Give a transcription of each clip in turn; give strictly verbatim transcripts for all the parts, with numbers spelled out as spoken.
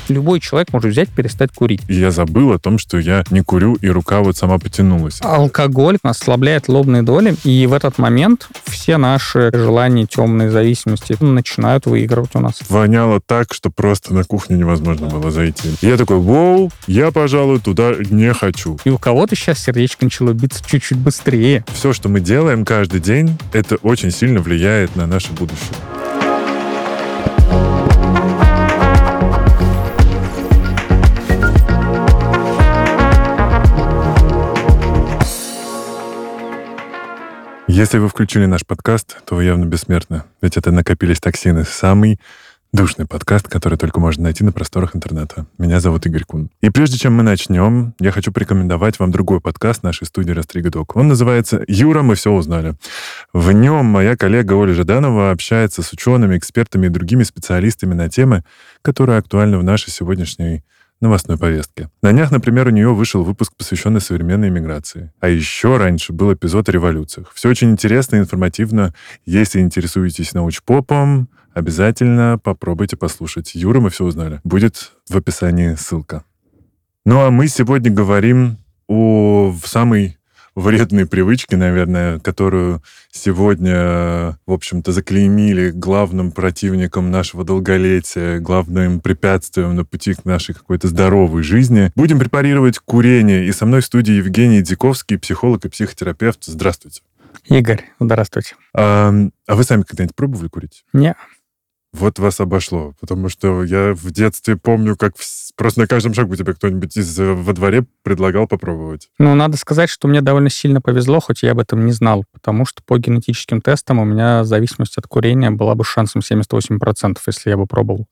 Любой человек может взять, перестать курить. И я забыл о том, что я не курю, и рука вот сама потянулась. Алкоголь ослабляет лобные доли, и в этот момент все наши желания, темные зависимости начинают выигрывать у нас. Воняло так, что просто на кухню невозможно было зайти. И я такой, воу, я, пожалуй, туда не хочу. И у кого-то сейчас сердечко начало биться чуть-чуть быстрее. Все, что мы делаем каждый день, это очень сильно влияет на наше будущее. Если вы включили наш подкаст, то вы явно бессмертны. Ведь это «Накопились токсины». Самый душный подкаст, который только можно найти на просторах интернета. Меня зовут Игорь Кун. И прежде чем мы начнем, я хочу порекомендовать вам другой подкаст нашей студии «Растрига.Док». Он называется «Юра, мы все узнали». В нем моя коллега Оля Жаданова общается с учеными, экспертами и другими специалистами на темы, которые актуальны в нашей сегодняшней новостной повестке. На днях, например, у нее вышел выпуск, посвященный современной миграции. А еще раньше был эпизод о революциях. Все очень интересно и информативно. Если интересуетесь научпопом, обязательно попробуйте послушать. Юра, мы все узнали. Будет в описании ссылка. Ну а мы сегодня говорим о самой вредной привычке, наверное, которую сегодня, в общем-то, заклеймили главным противником нашего долголетия, главным препятствием на пути к нашей какой-то здоровой жизни. Будем препарировать курение. И со мной в студии Евгений Дьяковский, психолог и психотерапевт. Здравствуйте. Игорь, здравствуйте. А, а вы сами когда-нибудь пробовали курить? Нет. Вот вас обошло, потому что я в детстве помню, как в... просто на каждом шагу тебе кто-нибудь из... во дворе предлагал попробовать. Ну, надо сказать, что мне довольно сильно повезло, хоть я об этом не знал, потому что по генетическим тестам у меня зависимость от курения была бы шансом семьдесят восемь процентов, если я бы пробовал.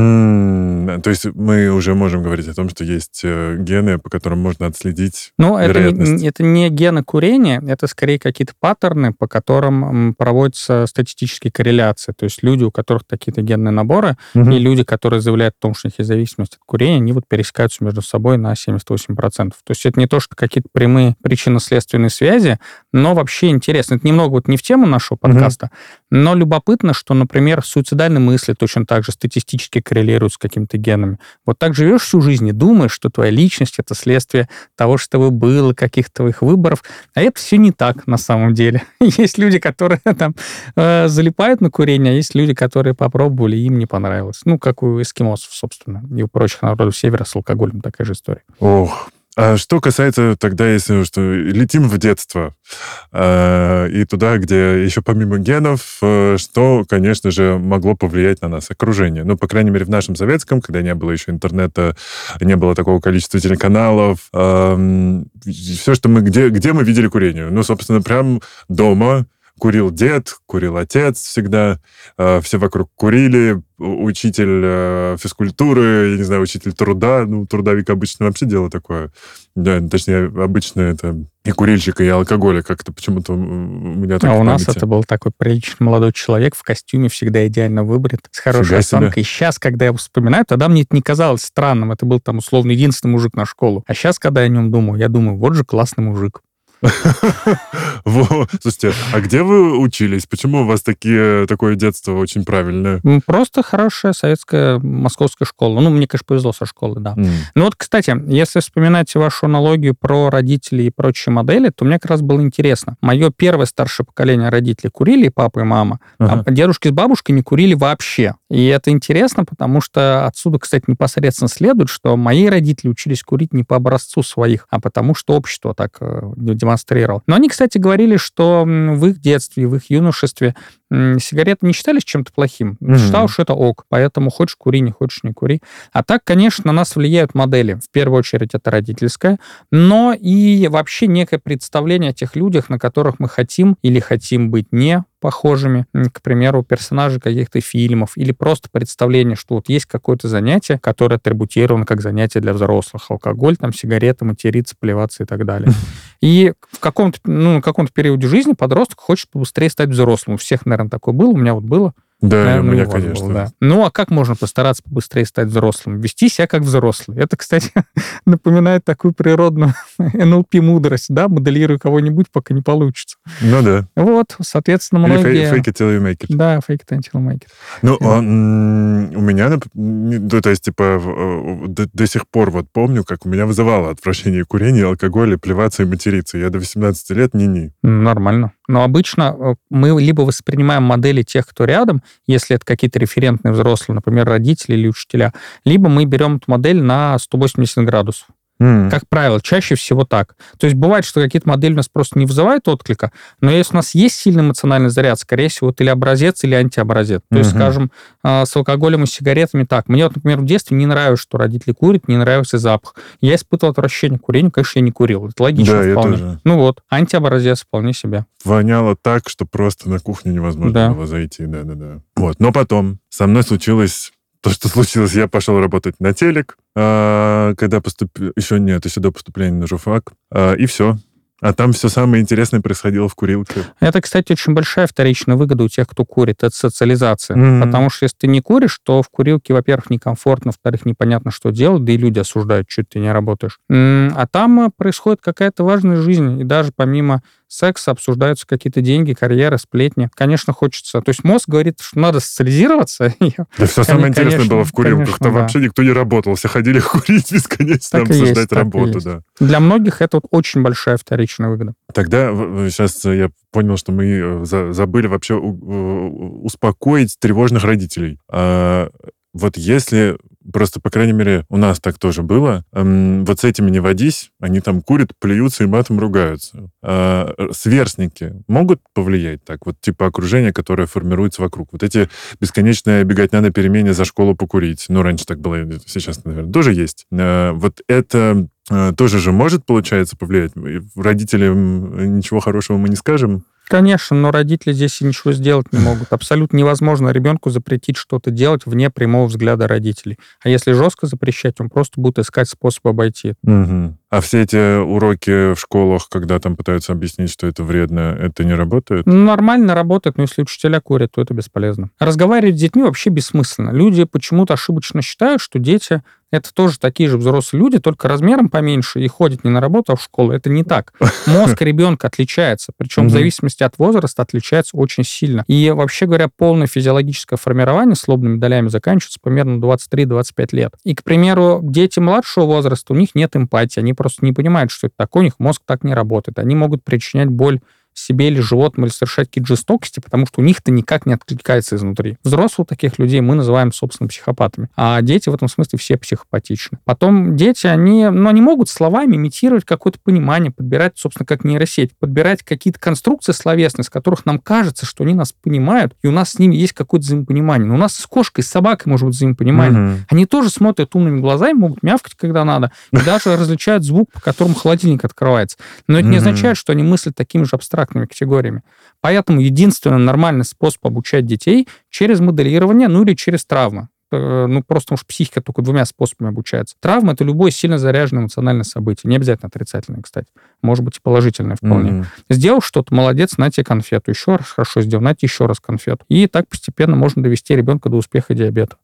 Hmm, то есть мы уже можем говорить о том, что есть гены, по которым можно отследить Ну, это вероятность. не, это не гены курения, это скорее какие-то паттерны, по которым проводятся статистические корреляции. То есть люди, у которых какие-то генные наборы, угу. и люди, которые заявляют о том, что у них есть зависимость от курения, они вот пересекаются между собой на семьдесят восемь процентов. То есть это не то, что какие-то прямые причинно-следственные связи, но вообще интересно. Это немного вот не в тему нашего подкаста, угу. но любопытно, что, например, суицидальные мысли точно так же статистически коррелируют с какими-то генами. Вот так живешь всю жизнь и думаешь, что твоя личность — это следствие того, что вы было, каких-то твоих выборов. А это все не так на самом деле. Есть люди, которые там э, залипают на курение, а есть люди, которые попробовали, и им не понравилось. Ну, как у эскимосов, собственно, и у прочих народов Севера с алкоголем такая же история. Ох, а что касается тогда, если что, летим в детство, э, и туда, где еще помимо генов, э, что, конечно же, могло повлиять на нас? Окружение. Ну, по крайней мере, в нашем советском, когда не было еще интернета, не было такого количества телеканалов, э, все, что мы... Где, где мы видели курение? Ну, собственно, прям дома курил дед, курил отец всегда, э, все вокруг курили, учитель э, физкультуры, я не знаю, учитель труда, ну, трудовик обычно вообще дело такое, да, точнее, обычно это и курильщик, и алкоголя, как-то почему-то у меня так А в у памяти. нас это был такой приличный молодой человек в костюме, всегда идеально выбрит, с хорошей осанкой. И сейчас, когда я его вспоминаю, тогда мне это не казалось странным, это был там, условно, единственный мужик на школу. А сейчас, когда я о нем думаю, я думаю, вот же классный мужик. Слушайте, а где вы учились? Почему у вас такие, такое детство очень правильное? Просто хорошая советская московская школа. Ну, мне, конечно, повезло со школы, да. Mm. Ну вот, кстати, если вспоминать вашу аналогию про родителей и прочие модели, то мне как раз было интересно. Мое первое старшее поколение родителей курили, и папа, и мама, uh-huh. а дедушки с бабушкой не курили вообще. И это интересно, потому что отсюда, кстати, непосредственно следует, что мои родители учились курить не по образцу своих, а потому что общество так демонстрировало. Но они, кстати, говорили, что в их детстве, в их юношестве сигареты не считались чем-то плохим. Mm-hmm. Считал, что это ок. Поэтому хочешь кури, не хочешь не кури. А так, конечно, на нас влияют модели. В первую очередь это родительская, но и вообще некое представление о тех людях, на которых мы хотим или хотим быть не похожими, к примеру, персонажей каких-то фильмов, или просто представление, что вот есть какое-то занятие, которое атрибутировано как занятие для взрослых. Алкоголь, там, сигареты, материться, плеваться и так далее. И в каком-то, ну, в каком-то периоде жизни подросток хочет побыстрее стать взрослым. У всех, наверное, такое было, у меня вот было. Да, Наверное, у меня, у вас конечно. было, да. Ну, а как можно постараться побыстрее стать взрослым? Вести себя как взрослый. Это, кстати, напоминает такую природную эн эл пи-мудрость, да, моделируй кого-нибудь, пока не получится. Ну да. Вот, соответственно, Или многие... fake it till you make it. Да, fake it until you make it. Ну, он, у меня, ну, то есть, типа, до, до сих пор вот помню, как у меня вызывало отвращение курение, алкоголя, плеваться и материться. Я до восемнадцати лет ни-ни. Нормально. Но обычно мы либо воспринимаем модели тех, кто рядом, если это какие-то референтные взрослые, например, родители или учителя, либо мы берем эту модель на сто восемьдесят градусов. Mm. Как правило, чаще всего так. То есть бывает, что какие-то модели у нас просто не вызывают отклика, но если у нас есть сильный эмоциональный заряд, скорее всего, это или образец, или антиобразец. То mm-hmm. есть, скажем, с алкоголем и сигаретами так. Мне вот, например, в детстве не нравилось, что родители курят, не нравился запах. Я испытывал отвращение к курению, конечно, я не курил. Это логично да, вполне. Я тоже. Ну вот, антиобразец вполне себе. Воняло так, что просто на кухню невозможно да. было зайти. Да-да-да. Вот. Но потом со мной случилось... То, что случилось, я пошел работать на телек, а, когда поступил... Еще нет, еще до поступления на журфак. А, и все. А там все самое интересное происходило в курилке. Это, кстати, очень большая вторичная выгода у тех, кто курит. Это социализация. Mm-hmm. Потому что если ты не куришь, то в курилке, во-первых, некомфортно, во-вторых, непонятно, что делать, да и люди осуждают, что ты не работаешь. А там происходит какая-то важная жизнь. И даже помимо секса обсуждаются какие-то деньги, карьеры, сплетни. Конечно, хочется. То есть мозг говорит, что надо социализироваться. Да все самое интересное было в курилках. Там да. вообще никто не работал. Все ходили курить бесконечно, так обсуждать есть, работу. Да. Для многих это вот очень большая вторичная выгода. Тогда сейчас я понял, что мы забыли вообще успокоить тревожных родителей. Вот если... Просто, по крайней мере, у нас так тоже было. Эм, вот с этими не водись, они там курят, плюются и матом ругаются. А сверстники могут повлиять так? Вот типа окружение, которое формируется вокруг. Вот эти бесконечные беготня на перемене за школу покурить. Ну, раньше так было, сейчас, наверное, тоже есть. А, вот это а, тоже же может, получается, повлиять? Родителям ничего хорошего мы не скажем? Конечно, но родители здесь ничего сделать не могут. Абсолютно невозможно ребенку запретить что-то делать вне прямого взгляда родителей. А если жестко запрещать, он просто будет искать способ обойти. Угу. А все эти уроки в школах, когда там пытаются объяснить, что это вредно, это не работает? Ну, нормально работает, но если учителя курят, то это бесполезно. Разговаривать с детьми вообще бессмысленно. Люди почему-то ошибочно считают, что дети это тоже такие же взрослые люди, только размером поменьше и ходят не на работу, а в школу. Это не так. Мозг ребенка отличается, причем в зависимости от возраста отличается очень сильно. И вообще говоря, полное физиологическое формирование с лобными долями заканчивается примерно двадцать три - двадцать пять лет. И, к примеру, дети младшего возраста, у них нет эмпатии, они просто не понимают, что это такое, у них мозг так не работает. Они могут причинять боль себе или животным, или совершать какие-то жестокости, потому что у них-то никак не откликается изнутри. Взрослых таких людей мы называем, собственно, психопатами. А дети в этом смысле все психопатичны. Потом дети, они, ну, они могут словами имитировать какое-то понимание, подбирать, собственно, как нейросеть, подбирать какие-то конструкции словесные, с которых нам кажется, что они нас понимают, и у нас с ними есть какое-то взаимопонимание. Но у нас с кошкой, с собакой может быть взаимопонимание. Mm-hmm. Они тоже смотрят умными глазами, могут мявкать, когда надо, и даже различают звук, по которому холодильник открывается. Но это не означает, что они мыслят такими же абстрактными категориями. Поэтому единственный нормальный способ обучать детей через моделирование, ну или через травмы. Ну, просто потому что психика только двумя способами обучается. Травма — это любое сильно заряженное эмоциональное событие. Не обязательно отрицательное, кстати. Может быть, и положительное вполне. Mm-hmm. Сделал что-то, молодец, на тебе конфету. Еще раз хорошо сделал, на тебе еще раз конфету. И так постепенно можно довести ребенка до успеха диабета.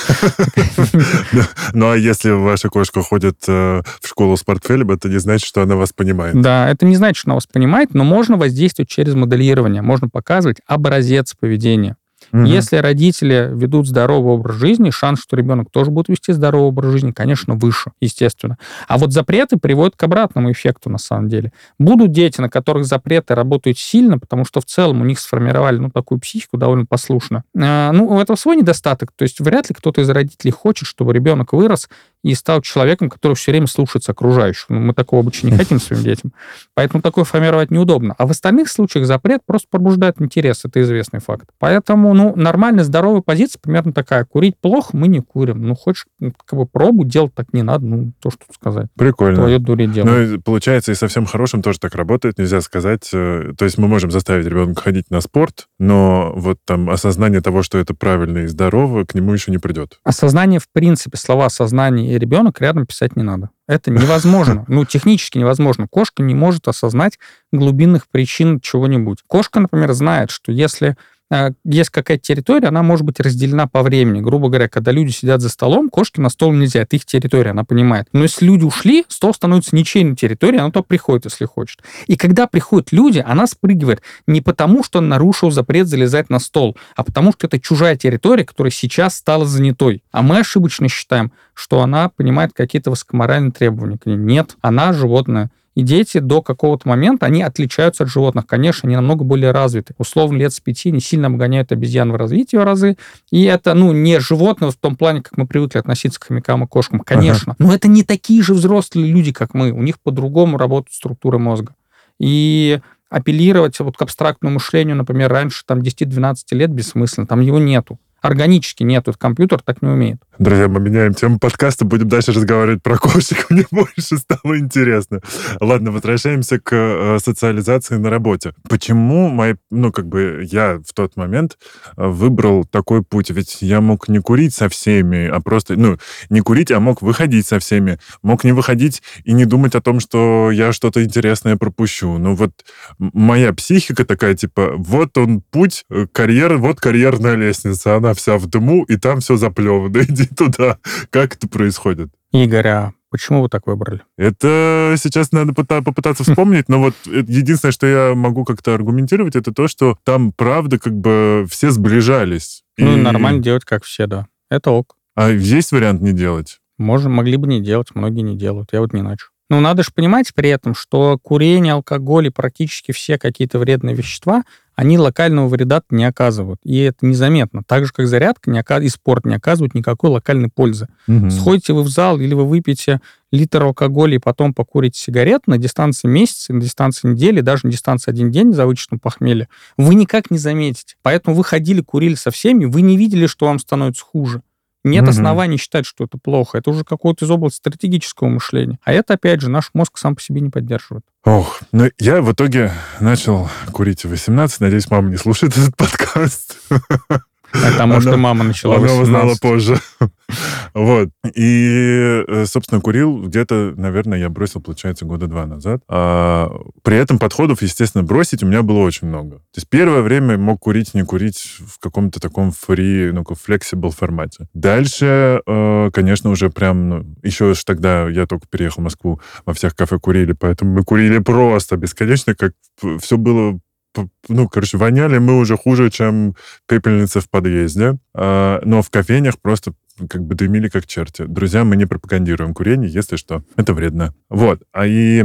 Ну, а если ваша кошка ходит в школу с портфелем, это не значит, что она вас понимает. Да, это не значит, что она вас понимает, но можно воздействовать через моделирование. Можно показывать образец поведения. Угу. Если родители ведут здоровый образ жизни, шанс, что ребенок тоже будет вести здоровый образ жизни, конечно, выше, естественно. А вот запреты приводят к обратному эффекту, на самом деле. Будут дети, на которых запреты работают сильно, потому что в целом у них сформировали, ну, такую психику довольно послушно. А, ну, у этого свой недостаток. То есть вряд ли кто-то из родителей хочет, чтобы ребенок вырос и стал человеком, который все время слушается окружающих. Ну, мы такого обычно не хотим своим детям. Поэтому такое формировать неудобно. А в остальных случаях запрет просто пробуждает интерес. Это известный факт. Поэтому, ну, нормальная, здоровая позиция примерно такая. Курить плохо, мы не курим. Ну, хочешь, как бы пробуй, делать так не надо. Ну, то, что сказать. Прикольно. Твое дуре дело. Ну, и получается, и со всем хорошим тоже так работает. Нельзя сказать. То есть мы можем заставить ребенка ходить на спорт, но вот там осознание того, что это правильно и здорово, к нему еще не придет. Осознание, в принципе, слова осознание и ребенок рядом писать не надо. Это невозможно. Ну, технически невозможно. Кошка не может осознать глубинных причин чего-нибудь. Кошка, например, знает, что если есть какая-то территория, она может быть разделена по времени. Грубо говоря, когда люди сидят за столом, кошке на стол нельзя, это их территория, она понимает. Но если люди ушли, стол становится ничейной территорией, она туда приходит, если хочет. И когда приходят люди, она спрыгивает не потому, что он нарушил запрет залезать на стол, а потому, что это чужая территория, которая сейчас стала занятой. А мы ошибочно считаем, что она понимает какие-то высокоморальные требования к ней. Нет, она животное. И дети до какого-то момента, они отличаются от животных. Конечно, они намного более развиты. Условно, лет с пяти не сильно обгоняют обезьян в развитии в разы. И это, ну, не животное в том плане, как мы привыкли относиться к хомякам и кошкам. Конечно. Ага. Но это не такие же взрослые люди, как мы. У них по-другому работают структуры мозга. И апеллировать вот к абстрактному мышлению, например, раньше там десяти-двенадцати лет бессмысленно. Там его нету. Органически нет, этот компьютер так не умеет. Друзья, мы меняем тему подкаста, будем дальше разговаривать про кошек, мне больше стало интересно. Ладно, возвращаемся к э, социализации на работе. Почему мои, ну, как бы я в тот момент выбрал такой путь? Ведь я мог не курить со всеми, а просто, ну, не курить, а мог выходить со всеми. Мог не выходить и не думать о том, что я что-то интересное пропущу. Ну, вот моя психика такая, типа, вот он путь, карьера, вот карьерная лестница, она вся в дыму, и там все заплевано. Иди туда. Как это происходит? Игорь, а почему вы так выбрали? Это сейчас надо попытаться вспомнить, но вот единственное, что я могу как-то аргументировать, это то, что там, правда, как бы все сближались. Ну, и нормально делать, как все, да. Это ок. А есть вариант не делать? Можем, могли бы не делать, многие не делают. Я вот не начал. Но надо же понимать при этом, что курение, алкоголь и практически все какие-то вредные вещества, они локального вреда не оказывают. И это незаметно. Так же, как зарядка не оказ... и спорт не оказывают никакой локальной пользы. Угу. Сходите вы в зал или вы выпьете литр алкоголя и потом покурите сигарет на дистанции месяца, на дистанции недели, даже на дистанции один день за вычетом похмелья, вы никак не заметите. Поэтому вы ходили, курили со всеми, вы не видели, что вам становится хуже. Нет mm-hmm. оснований считать, что это плохо. Это уже какое-то из области стратегического мышления. А это, опять же, наш мозг сам по себе не поддерживает. Ох, ну я в итоге начал курить в восемнадцать. Надеюсь, мама не слушает этот подкаст. Потому что мама начала Она узнала позже. Вот. И, собственно, курил где-то, наверное, я бросил, получается, года два назад. А, при этом подходов, естественно, бросить у меня было очень много. То есть первое время мог курить, не курить в каком-то таком free, ну, flexible формате. Дальше, конечно, уже прям, ну, еще ж тогда я только переехал в Москву, во всех кафе курили, поэтому мы курили просто бесконечно, как все было... Ну, короче, воняли мы уже хуже, чем пепельница в подъезде. А, но в кофейнях просто как бы дымили как черти. Друзья, мы не пропагандируем курение, если что. Это вредно. Вот. А и,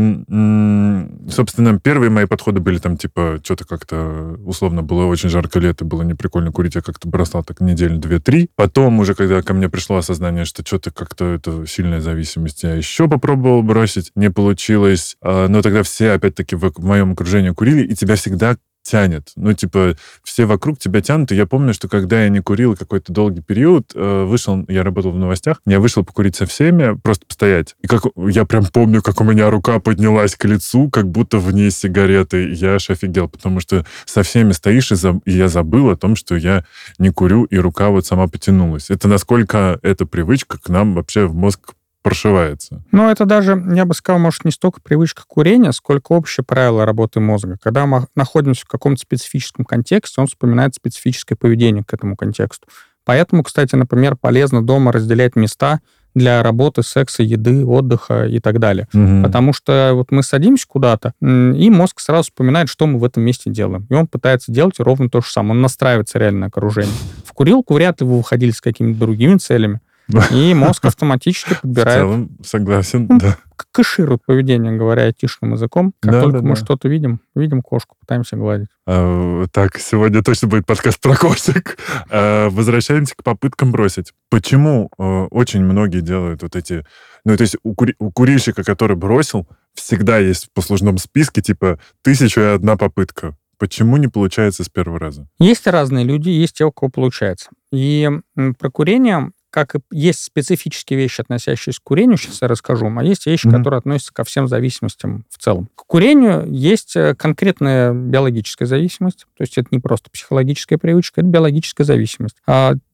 собственно, первые мои подходы были там, типа, что-то как-то, условно, было очень жарко лето, было неприкольно курить, я как-то бросал так недели две-три. Потом уже, когда ко мне пришло осознание, что что-то как-то это сильная зависимость, я еще попробовал бросить, не получилось. Но тогда все, опять-таки, в моем окружении курили, и тебя всегда тянет. Ну, типа, все вокруг тебя тянут. И я помню, что когда я не курил какой-то долгий период, вышел, я работал в новостях, я вышел покурить со всеми, просто постоять. И как я прям помню, как у меня рука поднялась к лицу, как будто в ней сигареты. Я аж офигел, потому что со всеми стоишь, и, за... и я забыл о том, что я не курю, и рука вот сама потянулась. Это насколько эта привычка к нам вообще в мозг прошивается. Ну, это даже, я бы сказал, может, не столько привычка курения, сколько общее правило работы мозга. Когда мы находимся в каком-то специфическом контексте, он вспоминает специфическое поведение к этому контексту. Поэтому, кстати, например, полезно дома разделять места для работы, секса, еды, отдыха и так далее. Угу. Потому что вот мы садимся куда-то, и мозг сразу вспоминает, что мы в этом месте делаем. И он пытается делать ровно то же самое. Он настраивается реально на окружение. В курилку вряд ли вы выходили с какими-то другими целями. И мозг автоматически подбирает... В целом, согласен, ну, да. Кэширует поведение, говоря айтишным языком. Как да, только да, мы да. что-то видим, видим кошку, пытаемся гладить. А, так, сегодня точно будет подкаст про кошек. А, возвращаемся к попыткам бросить. Почему а, очень многие делают вот эти... Ну, то есть у, кури... у курильщика, который бросил, всегда есть в послужном списке, типа, тысяча и одна попытка. Почему не получается с первого раза? Есть разные люди, есть те, у кого получается. И про курение... Как и есть специфические вещи, относящиеся к курению, сейчас я расскажу, а есть вещи, mm-hmm. которые относятся ко всем зависимостям в целом. К курению есть конкретная биологическая зависимость, то есть это не просто психологическая привычка, это биологическая зависимость. А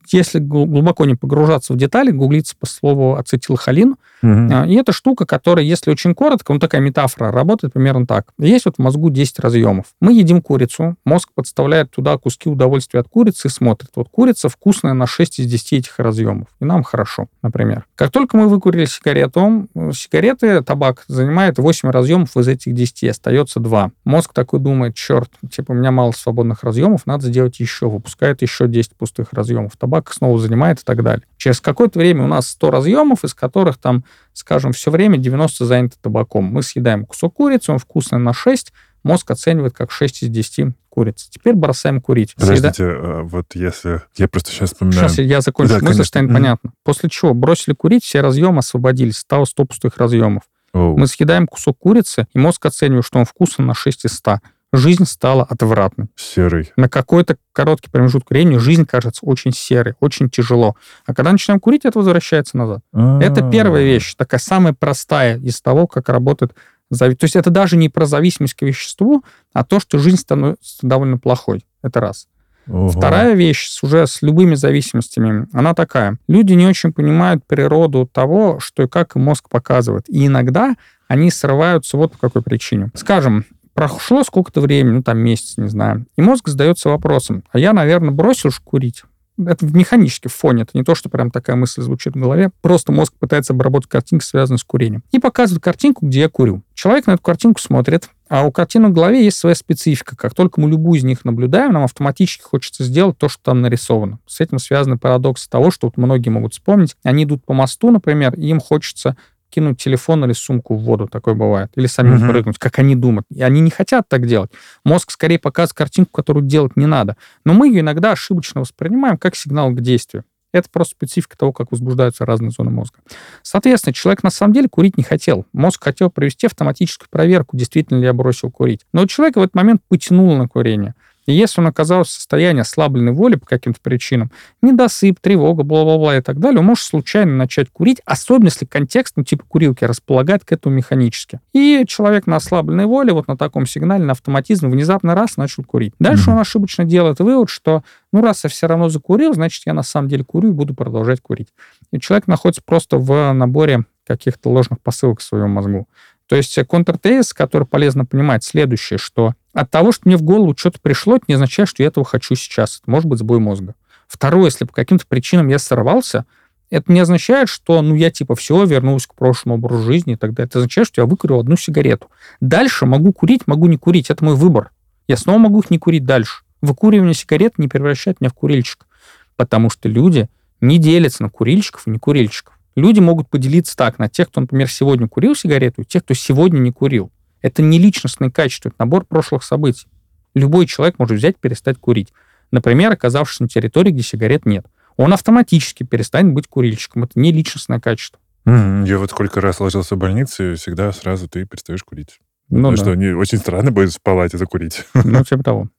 если глубоко не погружаться в детали, гуглится по слову ацетилхолин. Угу. И это штука, которая, если очень коротко, ну, такая метафора, работает примерно так. Есть вот в мозгу десять разъемов. Мы едим курицу, мозг подставляет туда куски удовольствия от курицы и смотрит. Вот курица вкусная на шесть из десяти этих разъемов. И нам хорошо, например. Как только мы выкурили сигарету, сигареты, табак занимает восемь разъемов из этих десяти, остается два. Мозг такой думает, черт, типа, у меня мало свободных разъемов, надо сделать еще. Выпускает еще десять пустых разъемов. Табак снова занимает и так далее. Через какое-то время у нас сто разъемов, из которых там, скажем, все время девяносто заняты табаком. Мы съедаем кусок курицы, он вкусный на шесть, мозг оценивает как шесть из десяти куриц. Теперь бросаем курить. Подождите, Съеда... вот если... Я просто сейчас вспоминаю... Сейчас я закончу да, мысль, конечно. Станет mm-hmm. понятно. После чего бросили курить, все разъемы освободились, стало сто пустых разъемов. Oh. Мы съедаем кусок курицы, и мозг оценивает, что он вкусный на шесть из ста. Жизнь стала отвратной. Серой. На какой-то короткий промежуток времени жизнь кажется очень серой, очень тяжело. А когда начинаем курить, это возвращается назад. А-а-а. Это первая вещь, такая самая простая из того, как работает зависимость. То есть это даже не про зависимость к веществу, а то, что жизнь становится довольно плохой. Это раз. Ого. Вторая вещь уже с любыми зависимостями, она такая. Люди не очень понимают природу того, что и как им мозг показывает. И иногда они срываются вот по какой причине. Скажем, прошло сколько-то времени, ну, там, месяц, не знаю, и мозг задается вопросом, а я, наверное, бросил же курить? Это механически в фоне, это не то, что прям такая мысль звучит в голове, просто мозг пытается обработать картинку, связанную с курением. И показывает картинку, где я курю. Человек на эту картинку смотрит, а у картинок в голове есть своя специфика. Как только мы любую из них наблюдаем, нам автоматически хочется сделать то, что там нарисовано. С этим связаны парадоксы того, что вот многие могут вспомнить. Они идут по мосту, например, и им хочется кинуть телефон или сумку в воду, такое бывает, или самим uh-huh. прыгнуть, как они думают. И они не хотят так делать. Мозг скорее показывает картинку, которую делать не надо. Но мы ее иногда ошибочно воспринимаем как сигнал к действию. Это просто специфика того, как возбуждаются разные зоны мозга. Соответственно, человек на самом деле курить не хотел. Мозг хотел провести автоматическую проверку, действительно ли я бросил курить. Но человека в этот момент потянуло на курение. И если он оказался в состоянии ослабленной воли по каким-то причинам, недосып, тревога, бла-бла-бла и так далее, он может случайно начать курить, особенно если контекст, ну, типа курилки, располагает к этому механически. И человек на ослабленной воле, вот на таком сигнале, на автоматизм, внезапно раз начал курить. Дальше mm-hmm. он ошибочно делает вывод, что, ну, раз я все равно закурил, значит, я на самом деле курю и буду продолжать курить. И человек находится просто в наборе каких-то ложных посылок к своему мозгу. То есть контртезис, который полезно понимать, следующее, что от того, что мне в голову что-то пришло, это не означает, что я этого хочу сейчас. Это может быть сбой мозга. Второе, если по каким-то причинам я сорвался, это не означает, что, ну, я типа все, вернулся к прошлому образу жизни и так далее. Это означает, что я выкурил одну сигарету. Дальше могу курить, могу не курить. Это мой выбор. Я снова могу их не курить дальше. Выкуривание сигарет не превращает меня в курильщика. Потому что люди не делятся на курильщиков и некурильщиков. Люди могут поделиться так на тех, кто, например, сегодня курил сигарету, и тех, кто сегодня не курил. Это не личностные качества, это набор прошлых событий. Любой человек может взять и перестать курить. Например, оказавшись на территории, где сигарет нет. Он автоматически перестанет быть курильщиком. Это не личностное качество. Mm-hmm. Я вот сколько раз ложился в больнице, и всегда сразу ты перестаешь курить. Ну, ну да. Что, не, очень странно будет в палате закурить. Ну, типа того.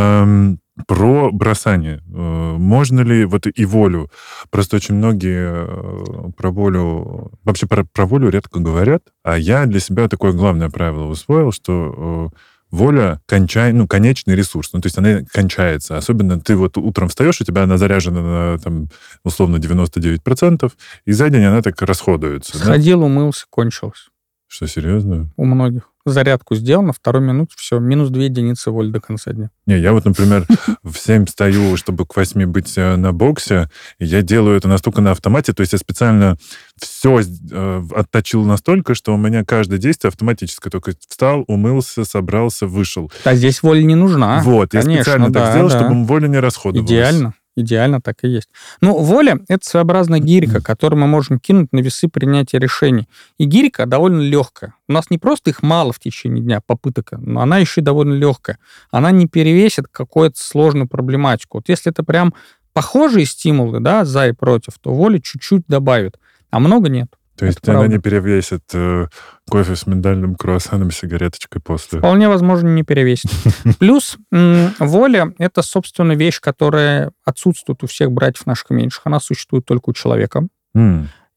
Про бросание. Можно ли вот и волю? Просто очень многие про волю... Вообще про, про волю редко говорят, а я для себя такое главное правило усвоил, что воля кончай, ну, конечный ресурс. Ну, то есть она кончается. Особенно ты вот утром встаешь, у тебя она заряжена на, там, условно, девяносто девять процентов, и за день она так расходуется. Сходил, да? Умылся, кончилось. Что, серьезно? У многих. Зарядку сделал, на вторую минуту, все, минус две единицы воли до конца дня. Не, я вот, например, в семь встаю, чтобы к восьми быть на боксе, и я делаю это настолько на автомате, то есть я специально все э, отточил настолько, что у меня каждое действие автоматическое. Только встал, умылся, собрался, вышел. А здесь воля не нужна. Вот, конечно, я специально да, так сделал, да. чтобы воля не расходовалась. Идеально. Идеально так и есть. Ну, воля — это своеобразная гирька, которую мы можем кинуть на весы принятия решений. И гирька довольно легкая. У нас не просто их мало в течение дня, попыток, но она еще и довольно легкая. Она не перевесит какую-то сложную проблематику. Вот если это прям похожие стимулы, да, за и против, то воля чуть-чуть добавит, а много нет. То есть она не перевесит э, кофе с миндальным круассаном, сигареточкой после? Вполне возможно, не перевесит. Плюс м, воля — это, собственно, вещь, которая отсутствует у всех братьев наших меньших. Она существует только у человека. Mm.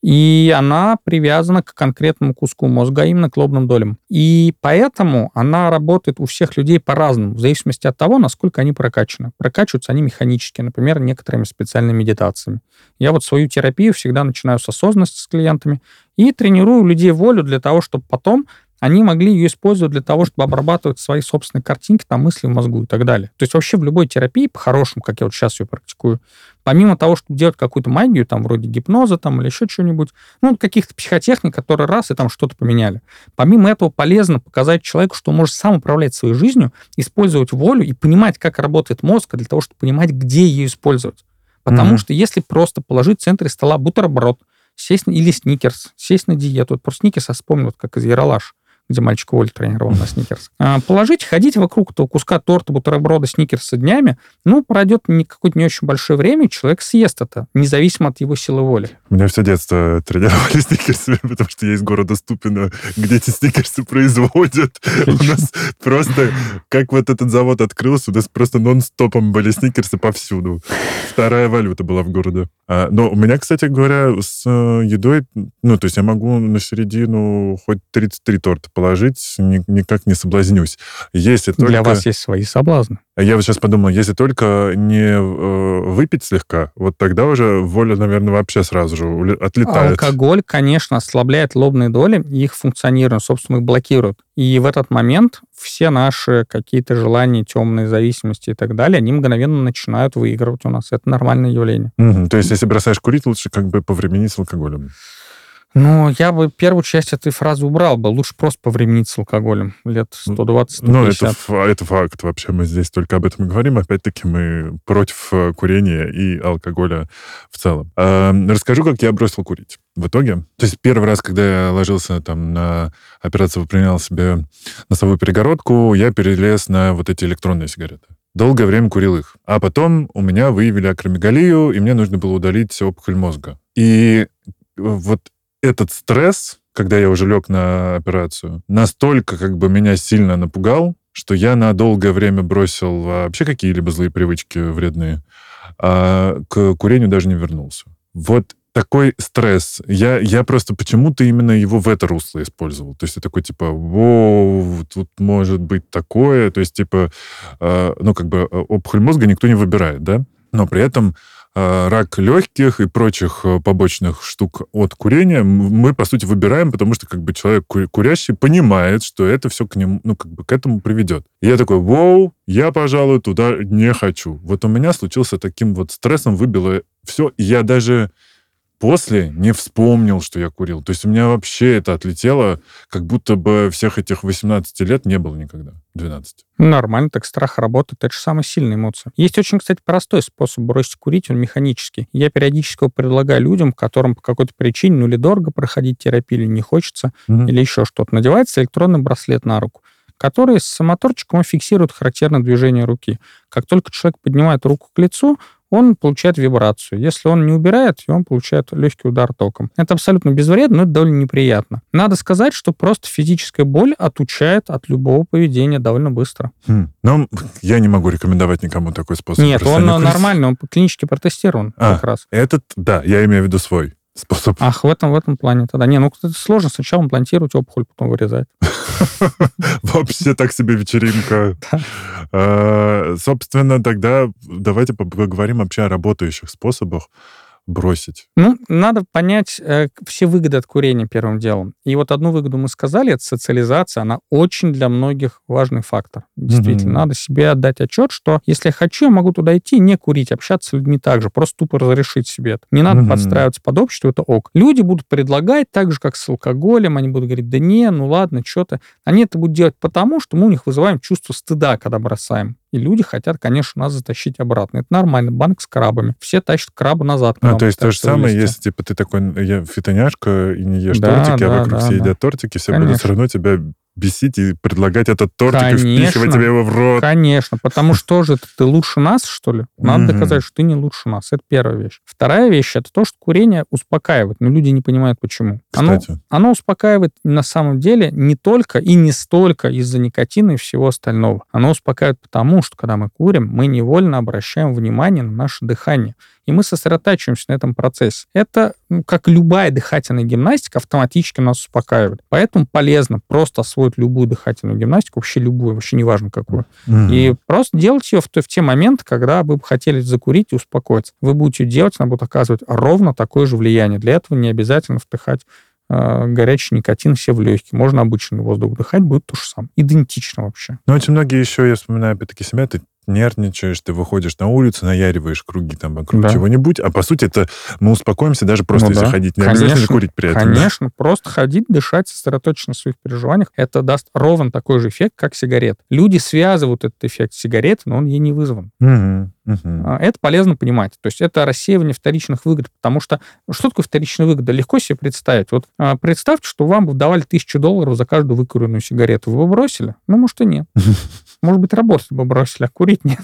И она привязана к конкретному куску мозга, а именно к лобным долям. И поэтому она работает у всех людей по-разному, в зависимости от того, насколько они прокачаны. Прокачиваются они механически, например, некоторыми специальными медитациями. Я вот свою терапию всегда начинаю с осознанности с клиентами и тренирую у людей волю для того, чтобы потом они могли ее использовать для того, чтобы обрабатывать свои собственные картинки, там, мысли в мозгу и так далее. То есть вообще в любой терапии, по-хорошему, как я вот сейчас ее практикую, помимо того, чтобы делать какую-то магию, там, вроде гипноза там, или еще чего-нибудь, ну, каких-то психотехник, которые раз и там что-то поменяли. Помимо этого полезно показать человеку, что он может сам управлять своей жизнью, использовать волю и понимать, как работает мозг, для того, чтобы понимать, где ее использовать. Потому mm-hmm. что если просто положить в центре стола бутерброд, сесть или сникерс, сесть на диету, вот про сникерс я вспомнил, вот как из Ералаш, где мальчик Оль тренировал на сникерс. А, положить, ходить вокруг этого куска торта, бутерброда, сникерса днями, ну, пройдет не, какое-то не очень большое время, и человек съест это, независимо от его силы воли. У меня все детство тренировали сникерсами, потому что я из города Ступино, где эти сникерсы производят. У нас просто, как вот этот завод открылся, у нас просто нон-стопом были сникерсы повсюду. Вторая валюта была в городе. А, но у меня, кстати говоря, с едой, ну, то есть я могу на середину хоть тридцать три торта положить, ни, никак не соблазнюсь. Если только... Для вас есть свои соблазны. Я вот сейчас подумал, если только не э, выпить слегка, вот тогда уже воля, наверное, вообще сразу же отлетает. Алкоголь, конечно, ослабляет лобные доли, и их функционирование, собственно, их блокирует. И в этот момент все наши какие-то желания, темные зависимости и так далее, они мгновенно начинают выигрывать у нас. Это нормальное явление. Угу. То есть, если бросаешь курить, лучше как бы повременить с алкоголем. Ну, я бы первую часть этой фразы убрал бы. Лучше просто повременить с алкоголем. Лет сто двадцать сто пятьдесят. Ну, это, это факт. Вообще мы здесь только об этом и говорим. Опять-таки мы против курения и алкоголя в целом. А, расскажу, как я бросил курить. В итоге, то есть первый раз, когда я ложился там на операцию, выпрямлял себе носовую перегородку, я перелез на вот эти электронные сигареты. Долгое время курил их. А потом у меня выявили акромегалию, и мне нужно было удалить опухоль мозга. И вот этот стресс, когда я уже лег на операцию, настолько как бы меня сильно напугал, что я на долгое время бросил вообще какие-либо злые привычки вредные, а к курению даже не вернулся. Вот такой стресс. Я, я просто почему-то именно его в это русло использовал. То есть я такой, типа, воу, тут может быть такое. То есть, типа, э, ну, как бы опухоль мозга никто не выбирает, да? Но при этом рак легких и прочих побочных штук от курения мы, по сути, выбираем, потому что как бы человек курящий понимает, что это все к нему, ну, как бы к этому приведет. И я такой, воу, я, пожалуй, туда не хочу. Вот у меня случился таким вот стрессом, выбило все, и я даже после не вспомнил, что я курил. То есть у меня вообще это отлетело, как будто бы всех этих восемнадцати лет не было никогда. двенадцать. Нормально, так страх работает. Это же самая сильная эмоция. Есть очень, кстати, простой способ бросить курить, он механический. Я периодически его предлагаю людям, которым по какой-то причине, ну, или дорого проходить терапию, или не хочется, mm-hmm. или еще что-то. Надевается электронный браслет на руку, который с моторчиком фиксирует характерное движение руки. Как только человек поднимает руку к лицу, он получает вибрацию. Если он не убирает, он получает легкий удар током. Это абсолютно безвредно, но это довольно неприятно. Надо сказать, что просто физическая боль отучает от любого поведения довольно быстро. Хм. Но я не могу рекомендовать никому такой способ. Нет, он нормальный, он по клинически протестирован а, как раз. Этот, да, я имею в виду свой способ. Ах, в этом, в этом плане тогда. Не, ну, это сложно. Сначала имплантировать опухоль, потом вырезать. Вообще так себе вечеринка. Собственно, тогда давайте поговорим вообще о работающих способах бросить. Ну, надо понять э, все выгоды от курения первым делом. И вот одну выгоду мы сказали, это социализация, она очень для многих важный фактор. Действительно, mm-hmm. надо себе отдать отчет, что если я хочу, я могу туда идти, не курить, общаться с людьми так же, просто тупо разрешить себе это. Не надо mm-hmm. подстраиваться под общество, это ок. Люди будут предлагать так же, как с алкоголем, они будут говорить, да не, ну ладно, что-то. Они это будут делать потому, что мы у них вызываем чувство стыда, когда бросаем. И люди хотят, конечно, нас затащить обратно. Это нормально. Банк с крабами. Все тащат краба назад. А, то есть то же самое, листья. Если типа ты такой фитоняшка и не ешь да, тортики, да, а вокруг да, все да. едят тортики, все конечно. Будут все равно тебя бесить и предлагать этот тортик конечно, и впихивать тебе его в рот. Конечно, потому что же ты лучше нас, что ли? Надо mm-hmm. доказать, что ты не лучше нас. Это первая вещь. Вторая вещь — это то, что курение успокаивает, но люди не понимают, почему. Оно, оно успокаивает на самом деле не только и не столько из-за никотина и всего остального. Оно успокаивает потому, что когда мы курим, мы невольно обращаем внимание на наше дыхание. и мы сосредотачиваемся на этом процессе. Это, ну, как любая дыхательная гимнастика, автоматически нас успокаивает. Поэтому полезно просто освоить любую дыхательную гимнастику, вообще любую, вообще неважно какую. Mm-hmm. И просто делать ее в, в те моменты, когда вы бы хотели закурить и успокоиться. Вы будете делать, она будет оказывать ровно такое же влияние. Для этого не обязательно вдыхать э, горячий никотин все в легкие. Можно обычный воздух вдыхать, будет то же самое. Идентично вообще. Ну, очень многие еще, я вспоминаю, опять-таки, себя, ты нервничаешь, ты выходишь на улицу, наяриваешь круги там вокруг да. чего-нибудь, а по сути это мы успокоимся даже просто, ну, если да. ходить. Не конечно, обязательно курить при этом. Конечно, да? Просто ходить, дышать, сосредоточиться на своих переживаниях. Это даст ровно такой же эффект, как сигарет. Люди связывают этот эффект с сигаретой, но он ей не вызван. Угу, угу. Это полезно понимать. То есть это рассеивание вторичных выгод, потому что что такое вторичная выгода? Легко себе представить. Вот представьте, что вам давали тысячу долларов за каждую выкуренную сигарету. Вы бы бросили? Ну, может, и нет. Может быть, работать бы бросили, а курить нет.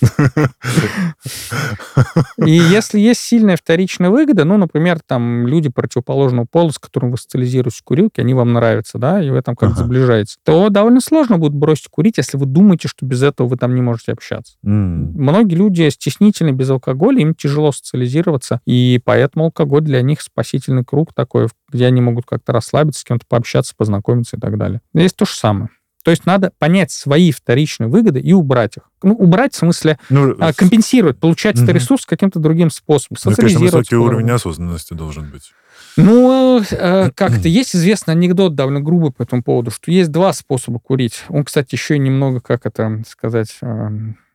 И если есть сильная вторичная выгода, ну, например, там люди противоположного пола, с которым вы социализируетесь в курилке, они вам нравятся, да, и вы там как-то ага. заближаетесь, то довольно сложно будет бросить курить, если вы думаете, что без этого вы там не можете общаться. Mm. Многие люди стеснительны без алкоголя, им тяжело социализироваться, и поэтому алкоголь для них спасительный круг такой, где они могут как-то расслабиться, с кем-то пообщаться, познакомиться и так далее. Здесь то же самое. То есть надо понять свои вторичные выгоды и убрать их. Ну, убрать в смысле ну, компенсировать, получать угу. этот ресурс каким-то другим способом. Ну, конечно, высокий уровень осознанности должен быть. Ну, э, как-то есть известный анекдот довольно грубый по этому поводу, что есть два способа курить. Он, кстати, еще и немного, как это сказать, э,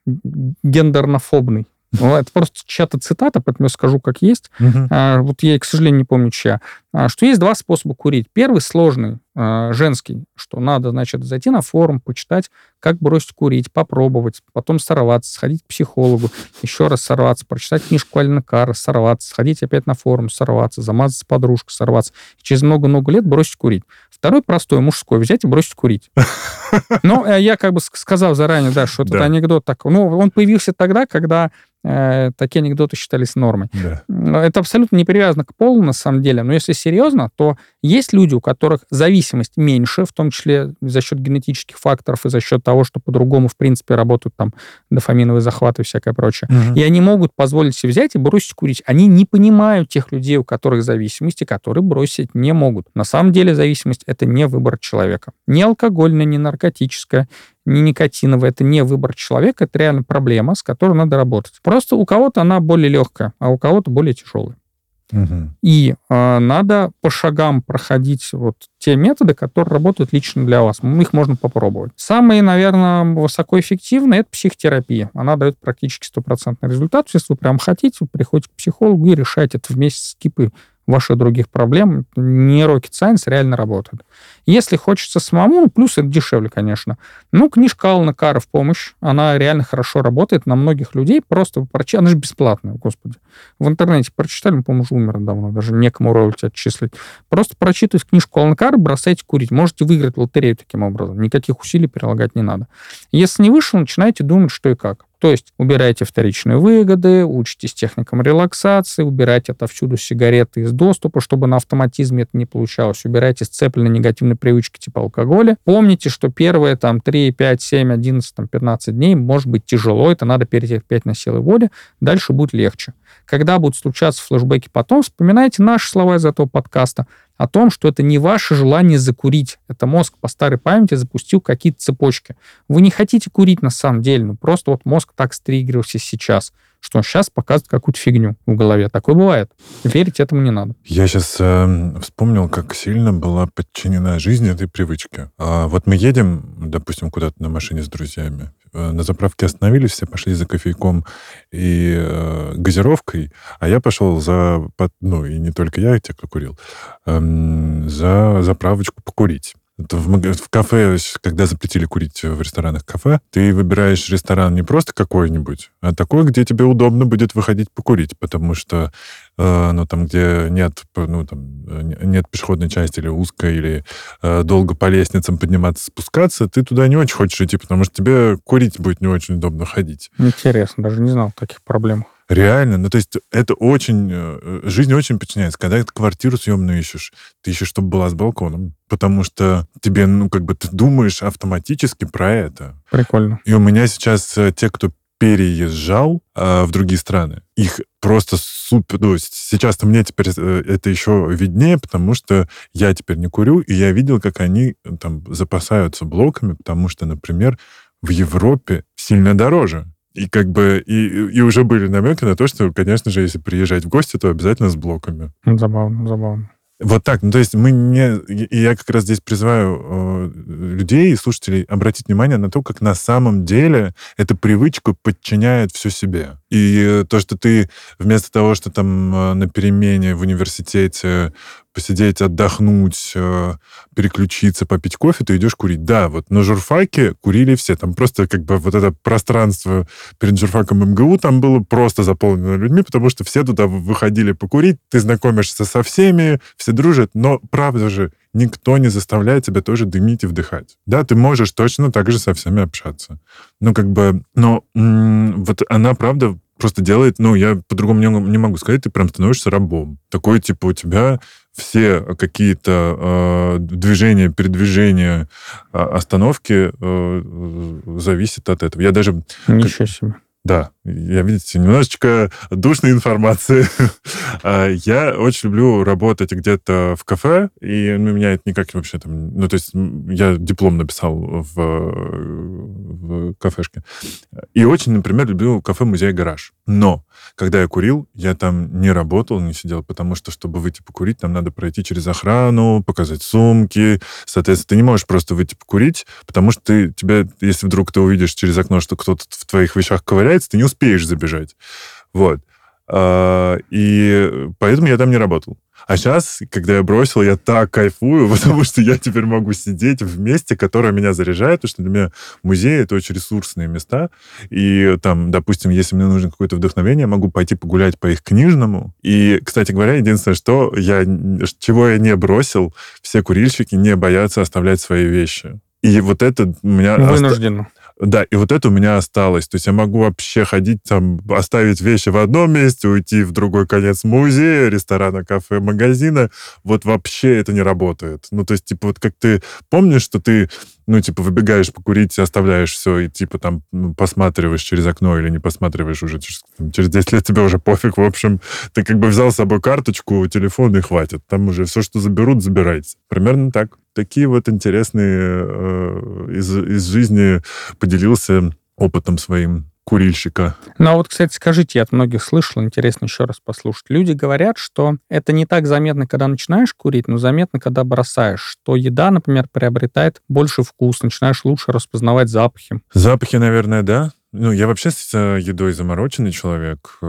гендернофобный. Ну, это просто чья-то цитата, поэтому я скажу, как есть. Uh-huh. А, вот я, к сожалению, не помню, чья. А, что есть два способа курить. Первый сложный, а, женский, что надо, значит, зайти на форум, почитать, как бросить курить, попробовать, потом сорваться, сходить к психологу, еще раз сорваться, прочитать книжку Алена Карра, сорваться, сходить опять на форум, сорваться, замазаться с подружкой, сорваться. И через много-много лет бросить курить. Второй простой, мужской, взять и бросить курить. Но я как бы сказал заранее, да, что этот анекдот такой. Ну, он появился тогда, когда э, такие анекдоты считались нормой. Да. Это абсолютно не привязано к полу, на самом деле. Но если серьезно, то есть люди, у которых зависимость меньше, в том числе за счет генетических факторов и за счет того, что по-другому, в принципе, работают там дофаминовые захваты и всякое прочее. Угу. И они могут позволить себе взять и бросить курить. Они не понимают тех людей, у которых зависимости, которые бросить не могут. На самом деле зависимость — это не выбор человека. Не алкогольная, не наркотическая, не никотиновая. Это не выбор человека, это реально проблема, с которой надо работать. Просто у кого-то она более легкая, а у кого-то более тяжелая. Угу. И э, надо по шагам проходить вот те методы, которые работают лично для вас. Их можно попробовать. Самые, наверное, высокоэффективные — это психотерапия. Она дает практически стопроцентный результат. Если вы прям хотите, вы приходите к психологу и решаете это вместе с кипой ваших других проблем. Не rocket science, реально работает. Если хочется самому, ну, плюс это дешевле, конечно. Ну, книжка Алена Карра в помощь. Она реально хорошо работает на многих людей. Просто прочитали. Она же бесплатная, господи. В интернете прочитали, по-моему, уже умер давно. Даже некому роялти отчислить. Просто прочитывайте книжку Алена Карра, бросайте курить. Можете выиграть лотерею таким образом. Никаких усилий прилагать не надо. Если не вышло, начинайте думать, что и как. То есть убирайте вторичные выгоды, учитесь техникам релаксации, убирайте отовсюду сигареты из доступа, чтобы на автоматизме это не получалось. Убирайте сцепленные негативные привычки типа алкоголя. Помните, что первые там три, пять, семь, одиннадцать, там, пятнадцать дней может быть тяжело, это надо перетерпеть на силы воли, дальше будет легче. Когда будут случаться флешбеки потом, вспоминайте наши слова из этого подкаста о том, что это не ваше желание закурить. Это мозг по старой памяти запустил какие-то цепочки. Вы не хотите курить на самом деле, ну просто вот мозг так стриггерился сейчас, что он сейчас показывает какую-то фигню в голове. Такое бывает. Верить этому не надо. Я сейчас э, вспомнил, как сильно была подчинена жизнь этой привычке. А вот мы едем, допустим, куда-то на машине с друзьями, э, на заправке остановились, все пошли за кофейком и э, газировкой, а я пошел за, ну и не только я, те, кто курил, э, за заправочку покурить. В, в кафе, когда запретили курить в ресторанах кафе, ты выбираешь ресторан не просто какой-нибудь, а такой, где тебе удобно будет выходить покурить, потому что э, ну, там, где нет, ну, там, нет пешеходной части или узкой, или э, долго по лестницам подниматься, спускаться, ты туда не очень хочешь идти, потому что тебе курить будет не очень удобно ходить. Интересно, даже не знал о таких проблемах. Реально, ну то есть это очень... Жизнь очень подчиняется. Когда ты квартиру съемную ищешь, ты ищешь, чтобы была с балконом, потому что тебе, ну как бы, ты думаешь автоматически про это. Прикольно. И у меня сейчас те, кто переезжал э, в другие страны. Их просто супер... Ну, сейчас-то мне теперь это еще виднее, потому что я теперь не курю, и я видел, как они там запасаются блоками, потому что, например, в Европе сильно дороже. И как бы и, и уже были намеки на то, что, конечно же, если приезжать в гости, то обязательно с блоками. Забавно, забавно. Вот так. Ну, то есть мы не... И я как раз здесь призываю э, людей и слушателей обратить внимание на то, как на самом деле эта привычка подчиняет все себе. И то, что ты вместо того, что там на перемене в университете посидеть, отдохнуть, переключиться, попить кофе, ты идешь курить. Да, вот на журфаке курили все. Там просто как бы вот это пространство перед журфаком эм гэ у там было просто заполнено людьми, потому что все туда выходили покурить, ты знакомишься со всеми, все дружат, но правда же, никто не заставляет тебя тоже дымить и вдыхать. Да, ты можешь точно так же со всеми общаться. Ну, как бы, но м- вот она, правда, просто делает, ну, я по-другому не, не могу сказать, ты прям становишься рабом. Такой, типа, у тебя все какие-то э, движения, передвижения, э, остановки э, зависят от этого. Я даже... Ничего себе. Да, я, видите, немножечко душной информации. Я очень люблю работать где-то в кафе, и ну, меня это никак вообще там... Ну, то есть я диплом написал в, в кафешке. И очень, например, люблю кафе-музей «Гараж». Но когда я курил, я там не работал, не сидел, потому что, чтобы выйти покурить, там надо пройти через охрану, показать сумки. Соответственно, ты не можешь просто выйти покурить, потому что ты, тебя, если вдруг ты увидишь через окно, что кто-то в твоих вещах ковыряется, ты не успеешь забежать. Вот. И поэтому я там не работал. А сейчас, когда я бросил, я так кайфую, потому что я теперь могу сидеть в месте, которое меня заряжает, потому что для меня музеи — это очень ресурсные места. И там, допустим, если мне нужно какое-то вдохновение, я могу пойти погулять по их книжному. И, кстати говоря, единственное, что я, чего я не бросил, все курильщики не боятся оставлять свои вещи. И вот это у меня... Вынужденно. Оста... Да, и вот это у меня осталось. То есть я могу вообще ходить там, оставить вещи в одном месте, уйти в другой конец музея, ресторана, кафе, магазина. Вот вообще это не работает. Ну, то есть, типа, вот как ты помнишь, что ты, ну, типа, выбегаешь покурить, оставляешь все, и, типа, там, ну, посматриваешь через окно или не посматриваешь уже через, через десять лет, тебе уже пофиг. В общем, ты как бы взял с собой карточку, телефон, и хватит. Там уже все, что заберут, забирайте. Примерно так. Такие вот интересные э, из, из жизни поделился опытом своим курильщика. Ну, а вот, кстати, скажите, я от многих слышал, интересно еще раз послушать. Люди говорят, что это не так заметно, когда начинаешь курить, но заметно, когда бросаешь. Что еда, например, приобретает больше вкус, начинаешь лучше распознавать запахи. Запахи, наверное, да. Ну, я вообще с едой замороченный человек,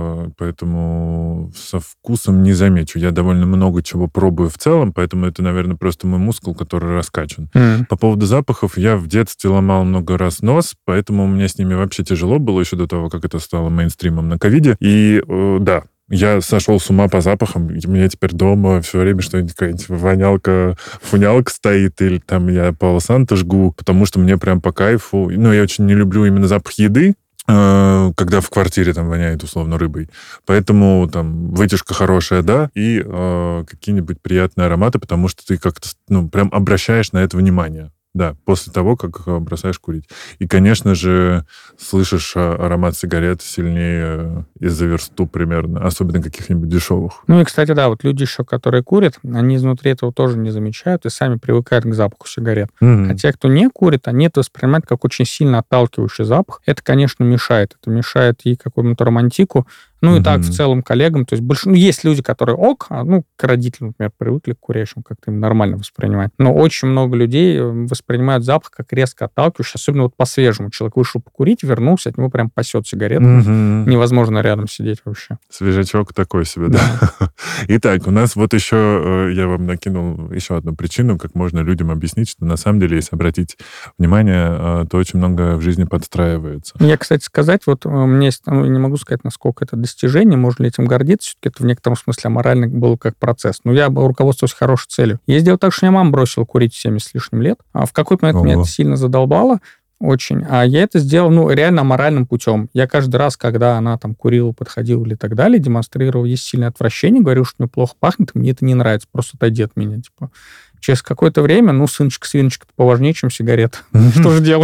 поэтому со вкусом не замечу. Я довольно много чего пробую в целом, поэтому это, наверное, просто мой мускул, который раскачан. Mm. По поводу запахов, я в детстве ломал много раз нос, поэтому у меня с ними вообще тяжело было еще до того, как это стало мейнстримом на ковиде. И да, я сошел с ума по запахам. У меня теперь дома все время что-нибудь, какая-нибудь вонялка, фунялка стоит, или там я пало-санто жгу, потому что мне прям по кайфу. Ну, я очень не люблю именно запах еды, когда в квартире там воняет условно рыбой. Поэтому там вытяжка хорошая, да, и э, какие-нибудь приятные ароматы, потому что ты как-то, ну, прям обращаешь на это внимание. Да, после того, как бросаешь курить. И, конечно же, слышишь аромат сигарет сильнее из-за версту примерно, особенно каких-нибудь дешевых. Ну и, кстати, да, вот люди еще, которые курят, они изнутри этого тоже не замечают и сами привыкают к запаху сигарет. Mm-hmm. А те, кто не курит, они это воспринимают как очень сильно отталкивающий запах. Это, конечно, мешает. Это мешает и какому-то романтику, ну, и mm-hmm. так, в целом, коллегам. То есть, больше, ну, есть люди, которые ок, а, ну, к родителям, например, привыкли к курящим, как-то им нормально воспринимать. Но очень много людей воспринимают запах как резко отталкивающий, особенно вот по-свежему. Человек вышел покурить, вернулся, от него прям пасет сигаретами. Mm-hmm. Невозможно рядом сидеть вообще. Свежачок такой себе, да. да. Итак, у нас вот еще, я вам накинул еще одну причину, как можно людям объяснить, что на самом деле, если обратить внимание, то очень много в жизни подстраивается. Я, кстати, сказать, вот у меня есть, ну, не могу сказать, насколько это достижение, можно ли этим гордиться, все-таки это в некотором смысле аморально было как процесс. Но я руководствовался хорошей целью. Я сделал так, что я мама бросила курить в семьдесят с лишним лет, а в какой-то момент Ого. Меня это сильно задолбало, очень. А я это сделал, ну, реально аморальным путем. Я каждый раз, когда она там курила, подходила или так далее, демонстрировал есть сильное отвращение, говорил, что мне плохо пахнет, и мне это не нравится, просто отойди от меня, типа. Через какое-то время, ну, сыночка, свиночка, это поважнее, чем сигарета. Что же делать?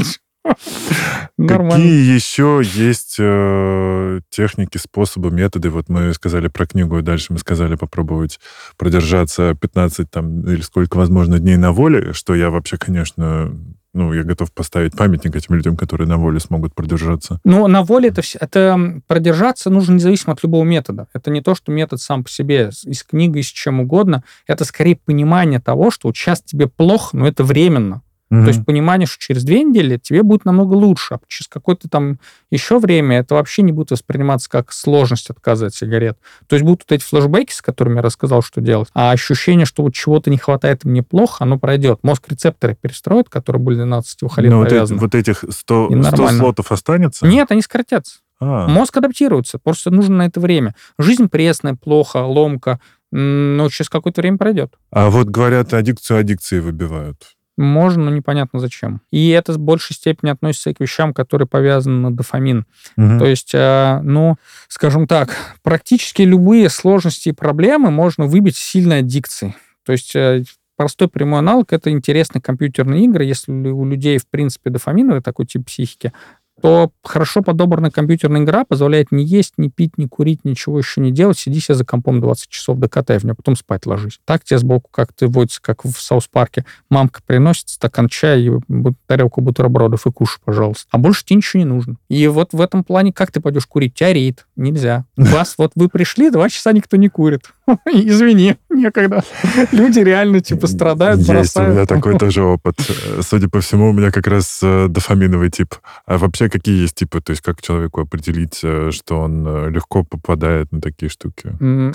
Какие еще есть э, техники, способы, методы? Вот мы сказали про книгу, и дальше мы сказали попробовать продержаться пятнадцать там, или сколько, возможно, дней на воле, что я вообще, конечно... Ну, я готов поставить памятник этим людям, которые на воле смогут продержаться. Ну, на воле это, это продержаться нужно независимо от любого метода. Это не то, что метод сам по себе из книги, из чем угодно. Это скорее понимание того, что вот сейчас тебе плохо, но это временно. Mm-hmm. То есть понимание, что через две недели тебе будет намного лучше, а через какое-то там еще время это вообще не будет восприниматься как сложность отказа от сигарет. То есть будут вот эти флешбеки, с которыми я рассказал, что делать, а ощущение, что вот чего-то не хватает, и мне плохо, оно пройдет. Мозг рецепторы перестроит, которые были двенадцать лет Но повязаны. Вот, эти, вот этих сто, сто слотов останется? Нет, они сократятся. А. Мозг адаптируется, просто нужно на это время. Жизнь пресная, плохо, ломка, но через какое-то время пройдет. А вот говорят, аддикцию аддикции выбивают. Можно, но непонятно зачем. И это в большей степени относится к вещам, которые повязаны на дофамин. Угу. То есть, э, ну, скажем так, практически любые сложности и проблемы можно выбить сильной аддикцией. То есть э, простой прямой аналог — это интересные компьютерные игры. Если у людей, в принципе, дофаминовый такой тип психики, то хорошо подобранная компьютерная игра позволяет не есть, не пить, не курить, ничего еще не делать. Сиди себе за компом двадцать часов, докатай в нее, потом спать ложись. Так тебе сбоку как-то водится, как в Саус-парке. Мамка приносит стакан чая и тарелку бутербродов и кушай, пожалуйста. А больше тебе ничего не нужно. И вот в этом плане, как ты пойдешь курить? Тебя реет. Нельзя. Вас, вот вы пришли, два часа никто не курит. Извини, некогда. Люди реально типа страдают, Есть бросают. У меня такой тоже опыт. Судя по всему, у меня как раз дофаминовый тип. А вообще какие есть типы? То есть как человеку определить, что он легко попадает на такие штуки?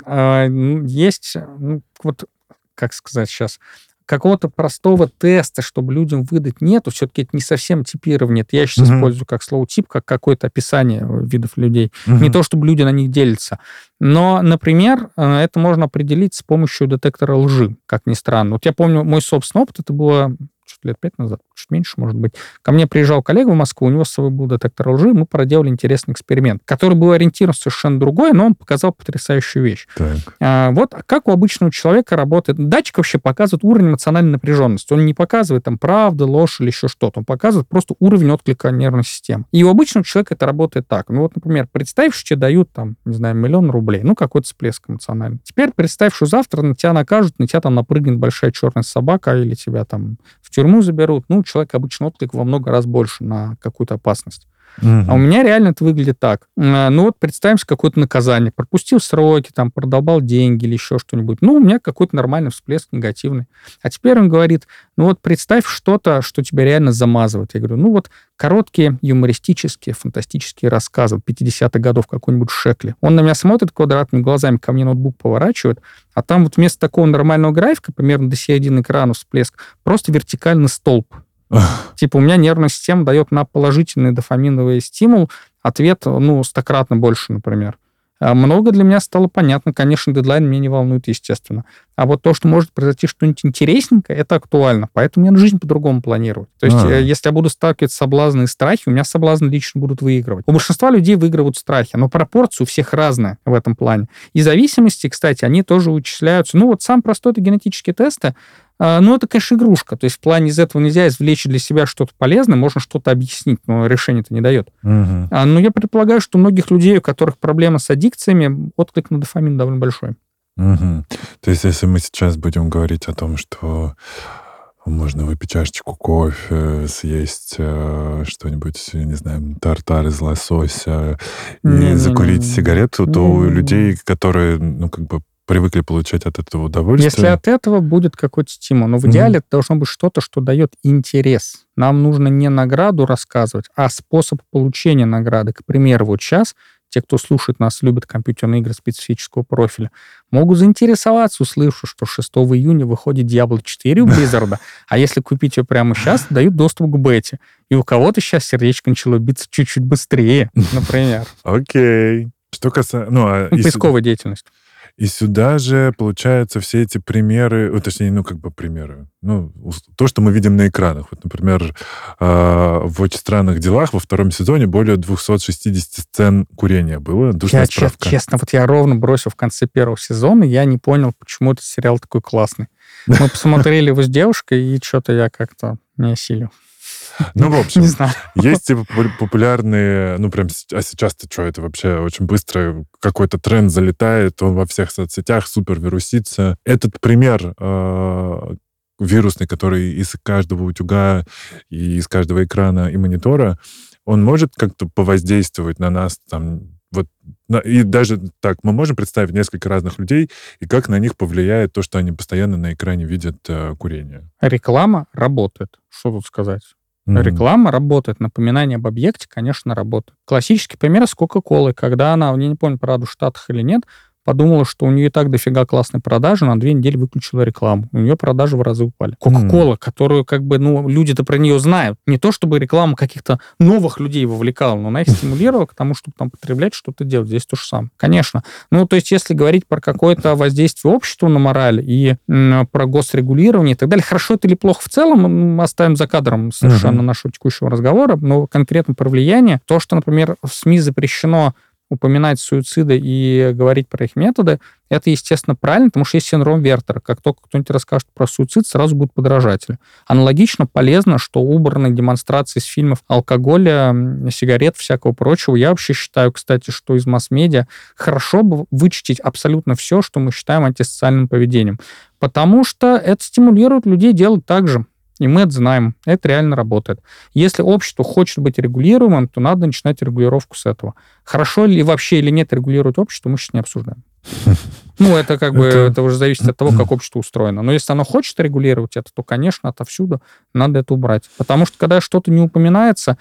Есть, ну, вот, как сказать сейчас, какого-то простого теста, чтобы людям выдать, нету. Все-таки это не совсем типирование. Это я сейчас uh-huh. использую как слово тип, как какое-то описание видов людей. Uh-huh. Не то, чтобы люди на них делятся. Но, например, это можно определить с помощью детектора лжи, как ни странно. Вот я помню, мой собственный опыт, это было чуть лет пять назад, чуть меньше, может быть. Ко мне приезжал коллега в Москву, у него с собой был детектор лжи, мы проделали интересный эксперимент, который был ориентирован совершенно другой, но он показал потрясающую вещь. Так. А, вот как у обычного человека работает... Датчик вообще показывает уровень эмоциональной напряженности. Он не показывает там правда, ложь или еще что-то. Он показывает просто уровень отклика нервной системы. И у обычного человека это работает так. Ну вот, например, представь, что тебе дают там, не знаю, миллион рублей, ну какой-то всплеск эмоциональный. Теперь представь, что завтра на тебя накажут, на тебя там напрыгнет большая черная собака или тебя там в тюрьму заберут. Ну, человек обычно отклик во много раз больше на какую-то опасность. Uh-huh. А у меня реально это выглядит так. Ну вот представим себе какое-то наказание. Пропустил сроки, там, продолбал деньги или еще что-нибудь. Ну, у меня какой-то нормальный всплеск негативный. А теперь он говорит, ну вот представь что-то, что тебя реально замазывает. Я говорю, ну вот короткие юмористические, фантастические рассказы пятидесятых годов, какой-нибудь Шекли. Он на меня смотрит квадратными глазами, ко мне ноутбук поворачивает, а там вот вместо такого нормального графика, примерно до середины экрана всплеск, просто вертикальный столб. Типа у меня нервная система дает на положительный дофаминовый стимул ответ, ну, стократно больше, например. Много для меня стало понятно. Конечно, дедлайн меня не волнует, естественно. А вот то, что может произойти что-нибудь интересненькое, это актуально. Поэтому мне жизнь по-другому планировать. То есть, А-а-а. если я буду сталкиваться с соблазны и страхи, у меня соблазны лично будут выигрывать. У большинства людей выигрывают страхи, но пропорции у всех разные в этом плане. И зависимости, кстати, они тоже вычисляются. Ну, вот сам простой это генетические тесты. Ну, это, конечно, игрушка. То есть в плане из этого нельзя извлечь для себя что-то полезное, можно что-то объяснить, но решение это не дает. Угу. Но я предполагаю, что у многих людей, у которых проблемы с аддикциями, отклик на дофамин довольно большой. Угу. То есть если мы сейчас будем говорить о том, что можно выпить чашечку кофе, съесть э, что-нибудь, не знаю, тартар из лосося и не, закурить не, не, сигарету, не, то у людей, которые, ну, как бы привыкли получать от этого удовольствие. Если от этого будет какой-то стимул. Но в идеале mm-hmm. это должно быть что-то, что дает интерес. Нам нужно не награду рассказывать, а способ получения награды. К примеру, вот сейчас те, кто слушает нас, любят компьютерные игры специфического профиля, могут заинтересоваться, услышав, что шестого июня выходит Diablo четыре у Blizzard, а если купить ее прямо сейчас, дают доступ к бете. И у кого-то сейчас сердечко начало биться чуть-чуть быстрее, например. Окей. Что касается... Ну, а поисковая деятельность. И сюда же, получается, все эти примеры, точнее, ну, как бы примеры, ну, то, что мы видим на экранах. Вот, например, в «Очень странных делах» во втором сезоне более двести шестьдесят сцен курения было. Душная я, справка. Честно, вот я ровно бросил в конце первого сезона, я не понял, почему этот сериал такой классный. Мы посмотрели его с девушкой, и что-то я как-то не осилил. Ну, в общем, Не знаю. есть типа популярные, ну, прям, а сейчас-то что, это вообще очень быстро какой-то тренд залетает, он во всех соцсетях супер вирусится. Этот пример э, вирусный, который из каждого утюга и из каждого экрана и монитора, он может как-то повоздействовать на нас, там, вот, и даже так, мы можем представить несколько разных людей, и как на них повлияет то, что они постоянно на экране видят э, курение. Реклама работает. Что тут сказать? Mm-hmm. Реклама работает. Напоминание об объекте, конечно, работает. Классический пример с Кока-Колой, когда она, я не помню, правда, в Штатах или нет, подумала, что у нее и так дофига классной продажи, на две недели выключила рекламу. У нее продажи в разы упали. Кока-кола, mm. которую, как бы, ну, люди-то про нее знают. Не то, чтобы реклама каких-то новых людей вовлекала, но она их стимулировала к тому, чтобы там потреблять, что-то делать. Здесь то же самое. Конечно. Ну, то есть, если говорить про какое-то воздействие общества на мораль и м, про госрегулирование и так далее, хорошо это или плохо в целом, мы оставим за кадром совершенно mm-hmm. нашего текущего разговора, но конкретно про влияние. То, что, например, в СМИ запрещено упоминать суициды и говорить про их методы, это, естественно, правильно, потому что есть синдром Вертера. Как только кто-нибудь расскажет про суицид, сразу будут подражатели. Аналогично полезно, что убраны демонстрации с фильмов алкоголя, сигарет, всякого прочего. Я вообще считаю, кстати, что из масс-медиа хорошо бы вычистить абсолютно все, что мы считаем антисоциальным поведением. Потому что это стимулирует людей делать так же. И мы это знаем. Это реально работает. Если общество хочет быть регулируемым, то надо начинать регулировку с этого. Хорошо ли вообще или нет регулировать общество, мы сейчас не обсуждаем. Ну, это как бы это... это уже зависит от того, как общество устроено. Но если оно хочет регулировать это, то, конечно, отовсюду надо это убрать. Потому что, когда что-то не упоминается,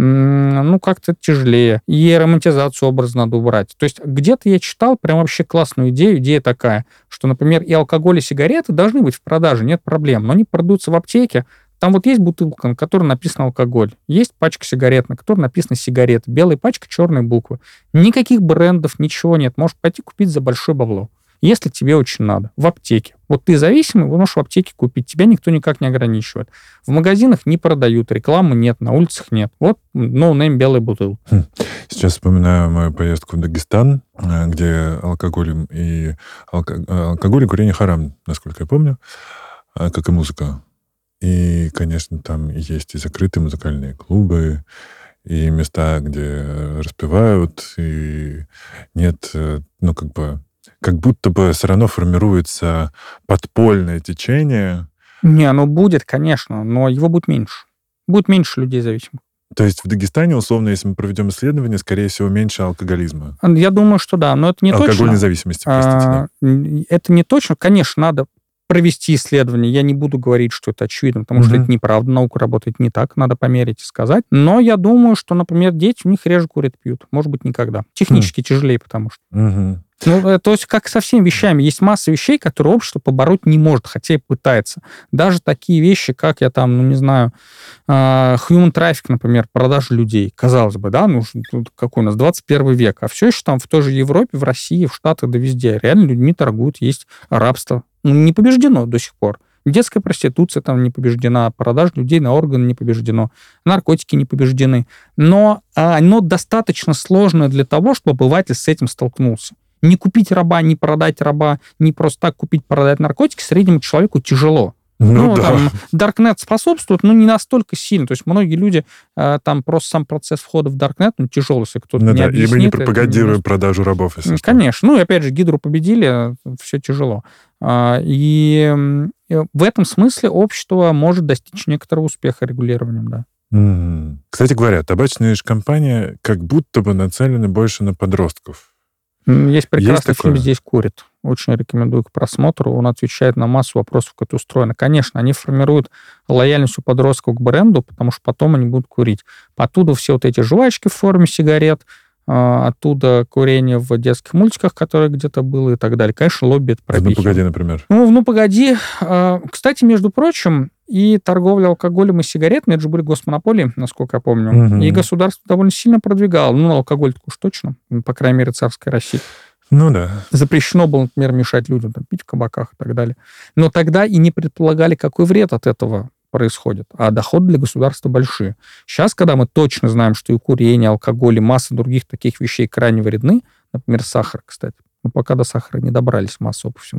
ну, как-то тяжелее. И романтизацию образа надо убрать. То есть где-то я читал прям вообще классную идею. Идея такая, что, например, и алкоголь, и сигареты должны быть в продаже, нет проблем. Но они продаются в аптеке. Там вот есть бутылка, на которой написано алкоголь. Есть пачка сигарет, на которой написано сигареты. Белая пачка, черные буквы. Никаких брендов, ничего нет. Можешь пойти купить за большое бабло. Если тебе очень надо. В аптеке. Вот ты зависимый, вы можешь в аптеке купить. Тебя никто никак не ограничивает. В магазинах не продают, рекламы нет, на улицах нет. Вот ноунейм белая бутылка. Сейчас вспоминаю мою поездку в Дагестан, где алкоголь и, алко... алкоголь и курение харам, насколько я помню, как и музыка. И, конечно, там есть и закрытые музыкальные клубы, и места, где распевают, и нет, ну, как бы... как будто бы все равно формируется подпольное течение. Не, оно будет, конечно, но его будет меньше. Будет меньше людей зависимых. То есть в Дагестане, условно, если мы проведем исследование, скорее всего, меньше алкоголизма. Я думаю, что да, но это не Алкогольной точно. Алкогольной зависимости, простите. Да. Это не точно. Конечно, надо провести исследование. Я не буду говорить, что это очевидно, потому угу. что это неправда. Наука работает не так, надо померить и сказать. Но я думаю, что, например, дети у них реже курят, пьют. Может быть, никогда. Технически угу. тяжелее, потому что. Угу. Ну, то есть, как со всеми вещами, есть масса вещей, которые общество побороть не может, хотя и пытается. Даже такие вещи, как я там, ну, не знаю, human traffic, например, продажа людей. Казалось бы, да, ну, какой у нас двадцать первый век, а все еще там в той же Европе, в России, в Штатах, да везде реально людьми торгуют, есть рабство. Ну, не побеждено до сих пор. Детская проституция там не побеждена, продажа людей на органы не побеждено, наркотики не побеждены. Но оно достаточно сложно для того, чтобы обыватель с этим столкнулся. Не купить раба, не продать раба, не просто так купить, продать наркотики среднему человеку тяжело. Ну, ну да. Там Darknet способствует, но не настолько сильно. То есть многие люди, там просто сам процесс входа в Darknet, ну, тяжелый, если кто-то ну, не да. объяснит. И мы не пропагандируем продажу рабов, если Конечно. Что. Ну, и опять же, Гидру победили, все тяжело. И в этом смысле общество может достичь некоторого успеха регулированием, да. Mm-hmm. Кстати говоря, табачные же компании как будто бы нацелены больше на подростков. Есть прекрасный Есть фильм «Здесь курят». Очень рекомендую к просмотру. Он отвечает на массу вопросов, как это устроено. Конечно, они формируют лояльность у подростков к бренду, потому что потом они будут курить. Оттуда все вот эти жвачки в форме сигарет, оттуда курение в детских мультиках, которое где-то было и так далее. Конечно, лобби это пропихивает. «Ну, погоди», например. Ну, «Ну, погоди». Кстати, между прочим, и торговля алкоголем и сигаретами, это же были госмонополии, насколько я помню. Угу. И государство довольно сильно продвигало. Ну, алкоголь-то уж точно, по крайней мере, царской России. Ну да. Запрещено было, например, мешать людям там, пить в кабаках и так далее. Но тогда и не предполагали, какой вред от этого происходит. А доходы для государства большие. Сейчас, когда мы точно знаем, что и курение, и алкоголь, и масса других таких вещей крайне вредны, например, сахар, кстати, но пока до сахара не добрались массово по всему миру.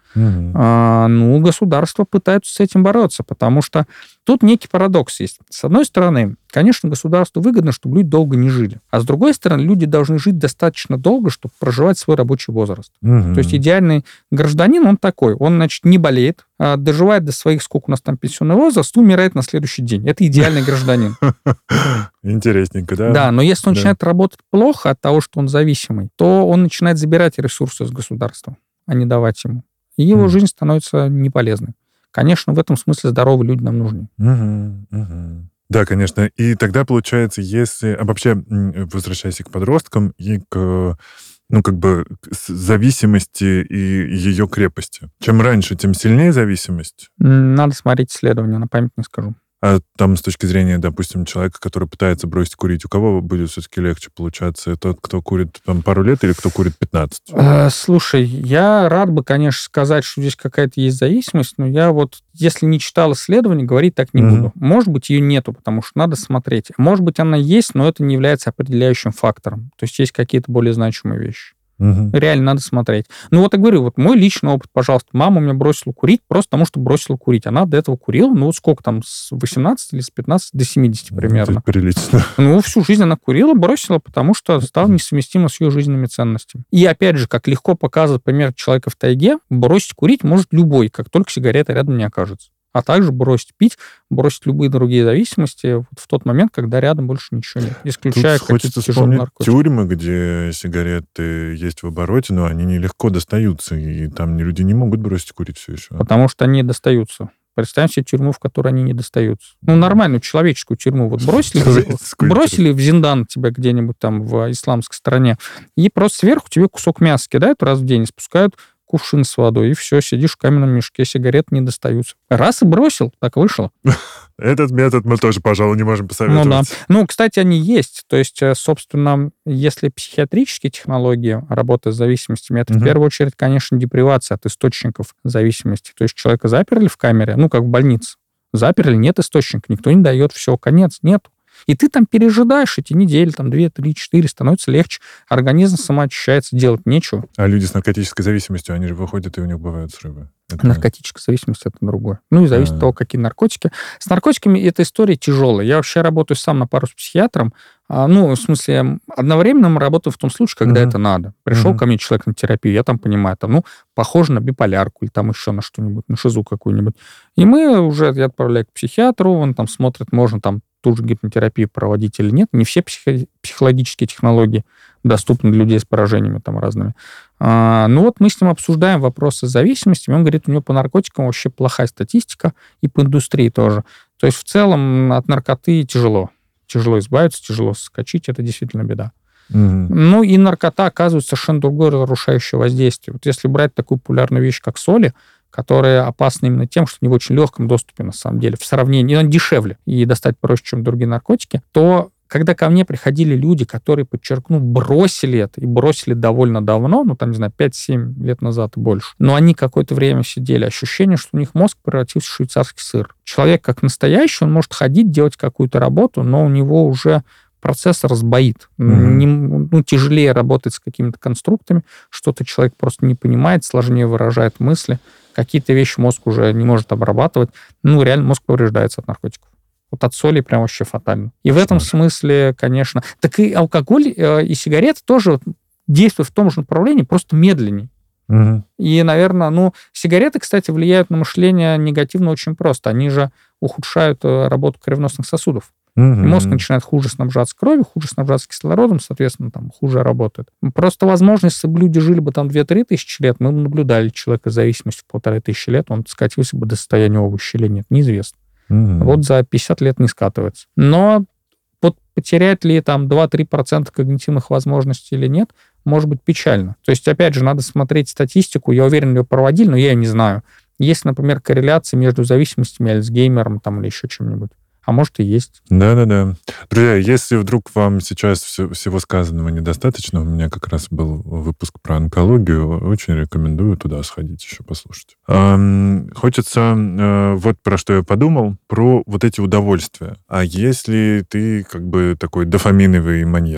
Угу. А, ну, государства пытаются с этим бороться, потому что тут некий парадокс есть. С одной стороны, конечно, государству выгодно, чтобы люди долго не жили. А с другой стороны, люди должны жить достаточно долго, чтобы проживать свой рабочий возраст. Угу. То есть идеальный гражданин, он такой. Он, значит, не болеет, а доживает до своих, сколько у нас там пенсионный возраст, умирает на следующий день. Это идеальный гражданин. Интересненько, да? Да, но если он Да. начинает работать плохо от того, что он зависимый, то он начинает забирать ресурсы с государства, а не давать ему. И его Мгм. жизнь становится неполезной. Конечно, в этом смысле здоровые люди нам нужны. Мгм, мгм. Да, конечно. И тогда получается, если... А вообще, м, возвращаясь к подросткам и к, ну, как бы, к с- зависимости и ее крепости. Чем раньше, тем сильнее зависимость. М, Надо смотреть исследования, на память не скажу. А там с точки зрения, допустим, человека, который пытается бросить курить, у кого будет все-таки легче получаться? Тот, кто курит там пару лет или кто курит пятнадцать? Э, Слушай, я рад бы, конечно, сказать, что здесь какая-то есть зависимость, но я вот, если не читал исследований, говорить так не Мгм. буду. Может быть, ее нету, потому что надо смотреть. Может быть, она есть, но это не является определяющим фактором. То есть есть какие-то более значимые вещи. Мгм. Реально надо смотреть. Ну вот я говорю, вот мой личный опыт, пожалуйста. Мама у меня бросила курить просто потому, что бросила курить. Она до этого курила, ну вот сколько там, с восемнадцати или с пятнадцати до семидесяти примерно. Это прилично. Ну, всю жизнь она курила, бросила, потому что стало несовместимо с ее жизненными ценностями. И опять же, как легко показывает пример человека в тайге, бросить курить может любой, как только сигарета рядом не окажется. А также бросить пить, бросить любые другие зависимости вот в тот момент, когда рядом больше ничего нет, исключая Тут какие-то хочется тяжелые вспомнить наркотики. тюрьмы, где сигареты есть в обороте, но они нелегко достаются, и там люди не могут бросить курить все еще. Потому что они достаются. Представим себе тюрьму, в которой они не достаются. Ну, нормальную человеческую тюрьму. Вот бросили, в- Человеческую бросили в зиндан тебя где-нибудь там в исламской стране, и просто сверху тебе кусок мяса кидают раз в день и спускают кувшин с водой, и все, сидишь в каменном мешке, сигареты не достаются. Раз и бросил, так вышло. Этот метод мы тоже, пожалуй, не можем Ну посоветовать. да. Ну, кстати, они есть. То есть, э, собственно, если психиатрические технологии работы с зависимостями, это Мгм. в первую очередь, конечно, депривация от источников зависимости. То есть человека заперли в камере, ну, как в больнице. Заперли, нет источника, никто не дает, все, конец, нету. И ты там пережидаешь эти недели, там, две, три, четыре, становится легче, организм самоочищается, делать нечего. А люди с наркотической зависимостью, они же выходят, и у них бывают срывы. Это- Наркотическая зависимость — это другое. Ну и зависит А. от того, какие наркотики. С наркотиками эта история тяжелая. Я вообще работаю сам на пару с психиатром. А, ну, в смысле, одновременно мы работаем в том случае, когда Мгм. это надо. Пришел Мгм. ко мне человек на терапию, я там понимаю, там, ну, похоже на биполярку или там еще на что-нибудь, на шизу какую-нибудь. И мы уже, я отправляю к психиатру, он там смотрит, можно там ту же гипнотерапию проводить или нет. Не все психо- психологические технологии доступны для людей с поражениями там разными. А, ну вот мы с ним обсуждаем вопросы зависимости, и он говорит, у него по наркотикам вообще плохая статистика, и по индустрии тоже. То есть в целом от наркоты тяжело. Тяжело избавиться, тяжело соскочить, это действительно беда. Мгм. Ну и наркота оказывает совершенно другое разрушающее воздействие. Вот если брать такую популярную вещь, как соли, которые опасны именно тем, что они в очень легком доступе, на самом деле, в сравнении, они дешевле и достать проще, чем другие наркотики, то когда ко мне приходили люди, которые, подчеркну, бросили это, и бросили довольно давно, ну, там, не знаю, пять-семь лет назад и больше, но они какое-то время сидели, ощущение, что у них мозг превратился в швейцарский сыр. Человек как настоящий, он может ходить, делать какую-то работу, но у него уже процессор сбоит. Мгм. Не- ну, тяжелее работать с какими-то конструктами, что-то человек просто не понимает, сложнее выражает мысли, какие-то вещи мозг уже не может обрабатывать. Ну, реально мозг повреждается от наркотиков. Вот от соли прям вообще фатально. И в этом Кошмар. смысле, конечно... Так и алкоголь э, и сигареты тоже вот действуют в том же направлении, просто медленнее. Мгм. И, наверное, ну, сигареты, кстати, влияют на мышление негативно очень просто. Они же ухудшают э, работу кровеносных сосудов. И Мгм. мозг начинает хуже снабжаться кровью, хуже снабжаться кислородом, соответственно, там хуже работает. Просто, возможно, если бы люди жили бы там две-три тысячи лет, мы бы наблюдали человека с зависимостью в полторы тысячи лет, он скатился бы до состояния овоща или нет, неизвестно. Мгм. Вот за пятьдесят лет не скатывается. Но вот потерять ли там два-три процента когнитивных возможностей или нет, может быть печально. То есть, опять же, надо смотреть статистику. Я уверен, ее проводили, но я ее не знаю. Есть, например, корреляция между зависимостями, Альцгеймером там, или еще чем-нибудь. А может и есть. Да-да-да. Друзья, если вдруг вам сейчас все- всего сказанного недостаточно, у меня как раз был выпуск про онкологию, очень рекомендую туда сходить еще послушать. Ам, Хочется, э, вот про что я подумал, про вот эти удовольствия. А если ты как бы такой дофаминовый маньяк,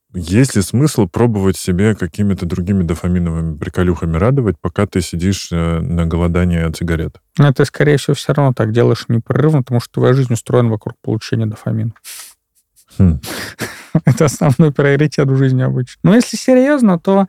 есть ли смысл пробовать себе какими-то другими дофаминовыми приколюхами радовать, пока ты сидишь на голодании от сигарет? Но ты, скорее всего, все равно так делаешь непрерывно, потому что твоя жизнь устроена вокруг получения дофамина. Хм. Это основной приоритет в жизни обычно. Но если серьезно, то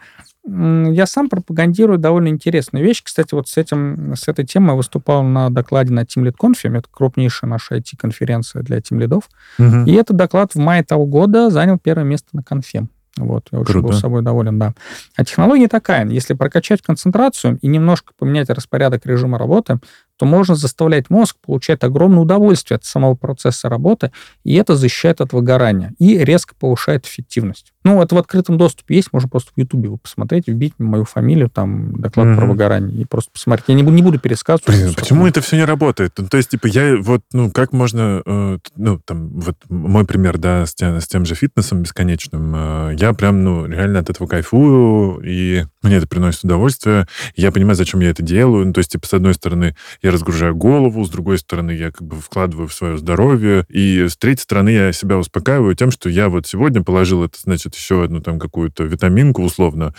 я сам пропагандирую довольно интересную вещь. Кстати, вот с, этим, с этой темой выступал на докладе на Team Lead Conf. Это крупнейшая наша ай ти-конференция для тимлидов. Угу. И этот доклад в мае того года занял первое место на конфе. Вот, я очень Круто. был собой доволен, да. А технология такая. Если прокачать концентрацию и немножко поменять распорядок режима работы, то можно заставлять мозг получать огромное удовольствие от самого процесса работы, и это защищает от выгорания и резко повышает эффективность. Ну, это в открытом доступе есть, можно просто в Ютубе вы посмотреть, вбить мою фамилию, там, доклад mm-hmm. про выгорание, и просто посмотреть. Я не буду, не буду пересказывать. Блин, почему это все не работает? Ну, то есть, типа, я вот, ну, как можно, э, ну, там, вот мой пример, да, с тем, с тем же фитнесом бесконечным, э, я прям, ну, реально от этого кайфую, и мне это приносит удовольствие, я понимаю, зачем я это делаю, ну, то есть, типа, с одной стороны, я разгружаю голову, с другой стороны, я как бы вкладываю в свое здоровье, и с третьей стороны, я себя успокаиваю тем, что я вот сегодня положил это, значит, еще одну там какую-то витаминку, условно,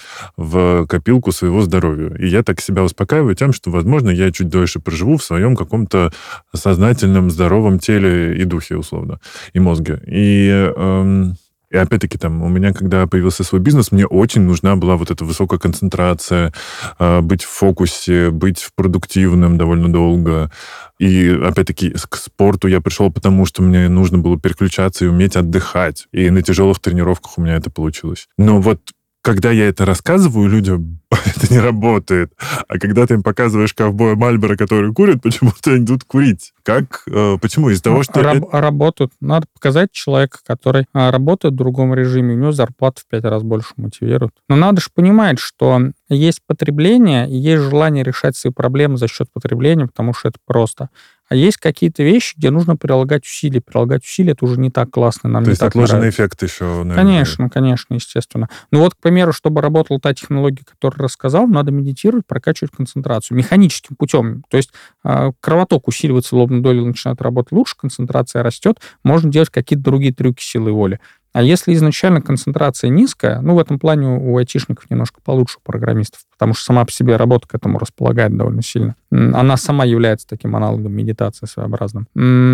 в копилку своего здоровья. И я так себя успокаиваю тем, что, возможно, я чуть дольше проживу в своем каком-то сознательном, здоровом теле и духе, условно, и мозге. И... Эм... И опять-таки, там, у меня, когда появился свой бизнес, мне очень нужна была вот эта высокая концентрация, быть в фокусе, быть продуктивным довольно долго. И, опять-таки, к спорту я пришел, потому что мне нужно было переключаться и уметь отдыхать. И на тяжелых тренировках у меня это получилось. Но вот когда я это рассказываю людям, это не работает. А когда ты им показываешь ковбоя Мальборо, который курит, почему-то они идут курить. Как? Э, почему? Из-за того, что... Раб- это... Работают. Надо показать человека, который а, работает в другом режиме, у него зарплата в пять раз больше мотивирует. Но надо же понимать, что есть потребление, и есть желание решать свои проблемы за счет потребления, потому что это просто. А есть какие-то вещи, где нужно прилагать усилия. Прилагать усилия — это уже не так классно, нам То не есть так отложенный нравится. эффект еще, наверное. Конечно, конечно, естественно. Ну вот, к примеру, чтобы работала та технология, которую рассказал, надо медитировать, прокачивать концентрацию механическим путем. То есть э, кровоток усиливается, лобная доля начинает работать лучше, концентрация растет, можно делать какие-то другие трюки силы воли. А если изначально концентрация низкая, ну, в этом плане у айтишников немножко получше, у программистов, потому что сама по себе работа к этому располагает довольно сильно. Она сама является таким аналогом медитации своеобразным.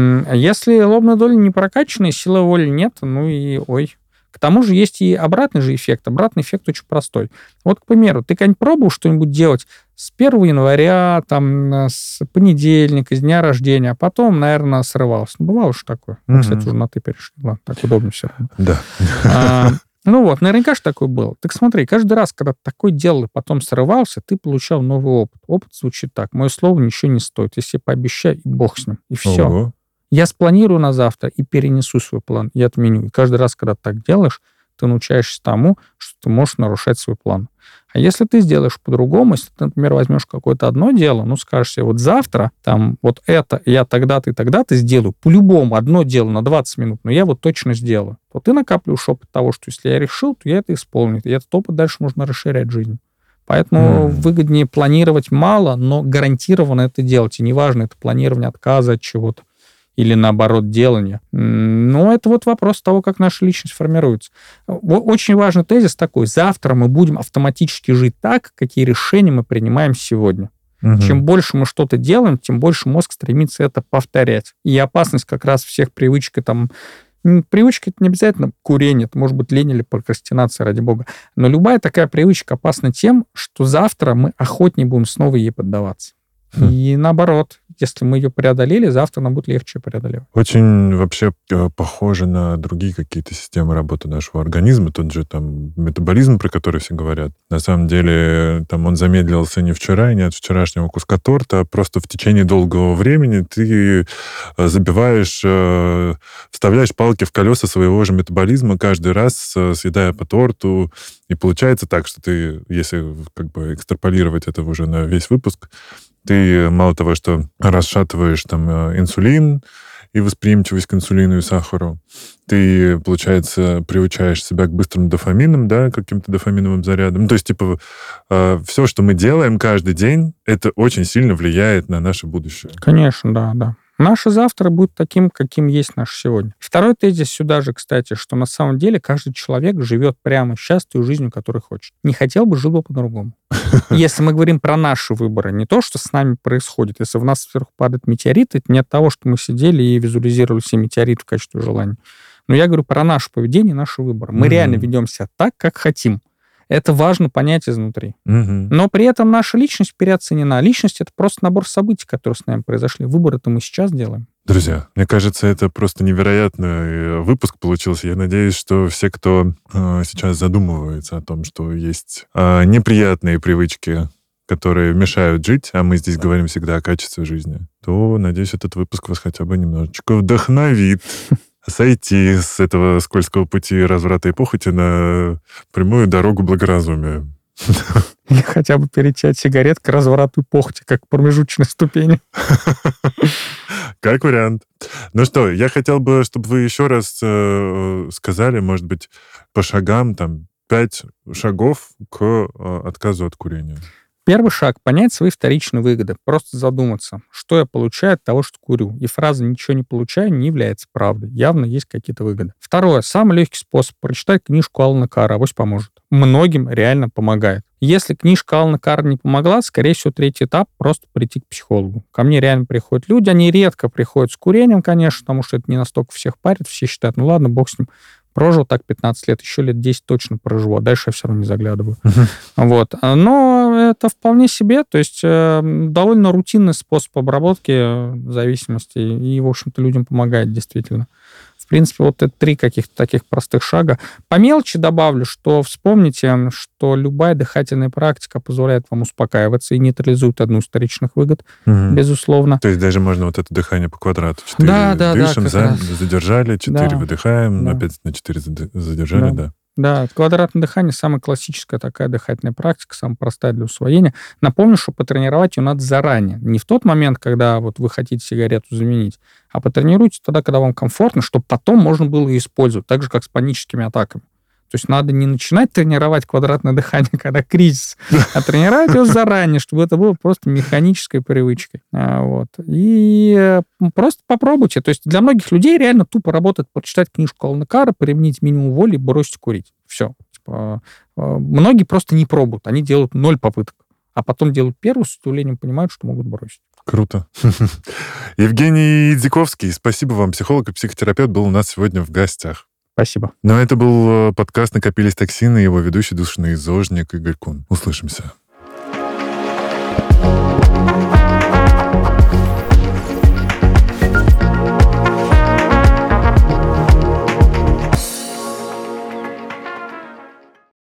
Если лобная доля не прокачанная, силы воли нет, ну и ой. К тому же есть и обратный же эффект. Обратный эффект очень простой. Вот, к примеру, ты когда-нибудь пробовал что-нибудь делать с первого января, там, с понедельника, с дня рождения, а потом, наверное, срывался. Ну, бывало же такое. Mm-hmm. Кстати, уже на «ты» перешли. Ладно, так удобно все равно. Да. А, ну вот, наверняка же такое было. Так смотри, каждый раз, когда ты такое делал и потом срывался, ты получал новый опыт. Опыт звучит так. Мое слово ничего не стоит. Если пообещаю, и бог с ним. И все. Ого. Я спланирую на завтра и перенесу свой план, и отменю. И каждый раз, когда ты так делаешь, ты научаешься тому, что ты можешь нарушать свой план. А если ты сделаешь по-другому, если ты, например, возьмешь какое-то одно дело, ну, скажешь себе, вот завтра, там, вот это я тогда-то и тогда-то сделаю, по-любому одно дело на двадцать минут, но я вот точно сделаю, то ты накапливаешь опыт того, что если я решил, то я это исполню. И этот опыт дальше можно расширять в жизни. Поэтому mm. выгоднее планировать мало, но гарантированно это делать. И неважно, это планирование отказа от чего-то или, наоборот, делание. Но это вот вопрос того, как наша личность формируется. Очень важный тезис такой. Завтра мы будем автоматически жить так, какие решения мы принимаем сегодня. Угу. Чем больше мы что-то делаем, тем больше мозг стремится это повторять. И опасность как раз всех привычек, там, привычка — это не обязательно курение, это может быть лень или прокрастинация, ради бога. Но любая такая привычка опасна тем, что завтра мы охотнее будем снова ей поддаваться. Хм. И наоборот, если мы ее преодолели, завтра нам будет легче преодолевать. Очень вообще похоже на другие какие-то системы работы нашего организма. Тот же там метаболизм, про который все говорят. На самом деле там он замедлился не вчера и не от вчерашнего куска торта, а просто в течение долгого времени ты забиваешь, вставляешь палки в колеса своего же метаболизма каждый раз, съедая по торту. И получается так, что ты, если как бы экстраполировать это уже на весь выпуск, ты мало того, что расшатываешь там инсулин и восприимчивость к инсулину и сахару, ты, получается, приучаешь себя к быстрым дофаминам, да, каким-то дофаминовым зарядам. Ну, то есть, типа, э, все, что мы делаем каждый день, это очень сильно влияет на наше будущее. Конечно, да, да. Наше завтра будет таким, каким есть наше сегодня. Второй тезис сюда же, кстати, что на самом деле каждый человек живет прямо сейчас той жизнью, которую хочет. Не хотел бы, жил бы по-другому. Если мы говорим про наши выборы, не то, что с нами происходит. Если в нас сверху падает метеорит, это не от того, что мы сидели и визуализировали все метеориты в качестве желаний. Но я говорю про наше поведение, наши выборы. Мы mm-hmm. реально ведем себя так, как хотим. Это важно понять изнутри. Mm-hmm. Но при этом наша личность переоценена. Личность — это просто набор событий, которые с нами произошли. Выборы-то мы сейчас делаем. Друзья, мне кажется, это просто невероятный выпуск получился. Я надеюсь, что все, кто э, сейчас задумывается о том, что есть э, неприятные привычки, которые мешают жить, а мы здесь говорим всегда о качестве жизни, то, надеюсь, этот выпуск вас хотя бы немножечко вдохновит сойти с этого скользкого пути разврата и похоти на прямую дорогу благоразумия. Или хотя бы перейти от сигарет к разврату и похоти, как к промежуточной ступени. Как вариант. Ну что, я хотел бы, чтобы вы еще раз э, сказали, может быть, по шагам, там, пять шагов к э, отказу от курения. Первый шаг — понять свои вторичные выгоды. Просто задуматься, что я получаю от того, что курю. И фраза «ничего не получаю» не является правдой. Явно есть какие-то выгоды. Второе. Самый легкий способ — прочитать книжку Алана Карра, авось поможет. Многим реально помогает. Если книжка Алана Карра не помогла, скорее всего, третий этап — просто прийти к психологу. Ко мне реально приходят люди, они редко приходят с курением, конечно, потому что это не настолько всех парит, все считают, ну ладно, бог с ним. Прожил так пятнадцать лет, еще лет десять точно проживу, а дальше я все равно не заглядываю. Uh-huh. Вот. Но это вполне себе, то есть э, довольно рутинный способ обработки зависимости, и, в общем-то, людям помогает действительно. В принципе, вот это три каких-то таких простых шага. По мелочи добавлю, что вспомните, что любая дыхательная практика позволяет вам успокаиваться и нейтрализует одну из вторичных выгод, угу. безусловно. То есть даже можно вот это дыхание по квадрату. четыре да, да, дышим, да, за, задержали, четыре да. выдыхаем, Да. опять на четыре задержали, да. да. Да, квадратное дыхание — самая классическая такая дыхательная практика, самая простая для усвоения. Напомню, что потренировать ее надо заранее. Не в тот момент, когда вот вы хотите сигарету заменить, а потренируйте тогда, когда вам комфортно, чтобы потом можно было ее использовать, так же, как с паническими атаками. То есть надо не начинать тренировать квадратное дыхание, когда кризис, а тренировать его заранее, чтобы это было просто механической привычкой. Вот. И просто попробуйте. То есть для многих людей реально тупо работает прочитать книжку Алана Карра, применить минимум воли и бросить курить. Все. Типа, многие просто не пробуют. Они делают ноль попыток. А потом делают первую, с удивлением понимают, что могут бросить. Круто. Евгений Дзиковский, спасибо вам. Психолог и психотерапевт был у нас сегодня в гостях. Спасибо. Ну, это был подкаст «Накопились токсины», его ведущий душный зожник Игорь Кун. Услышимся.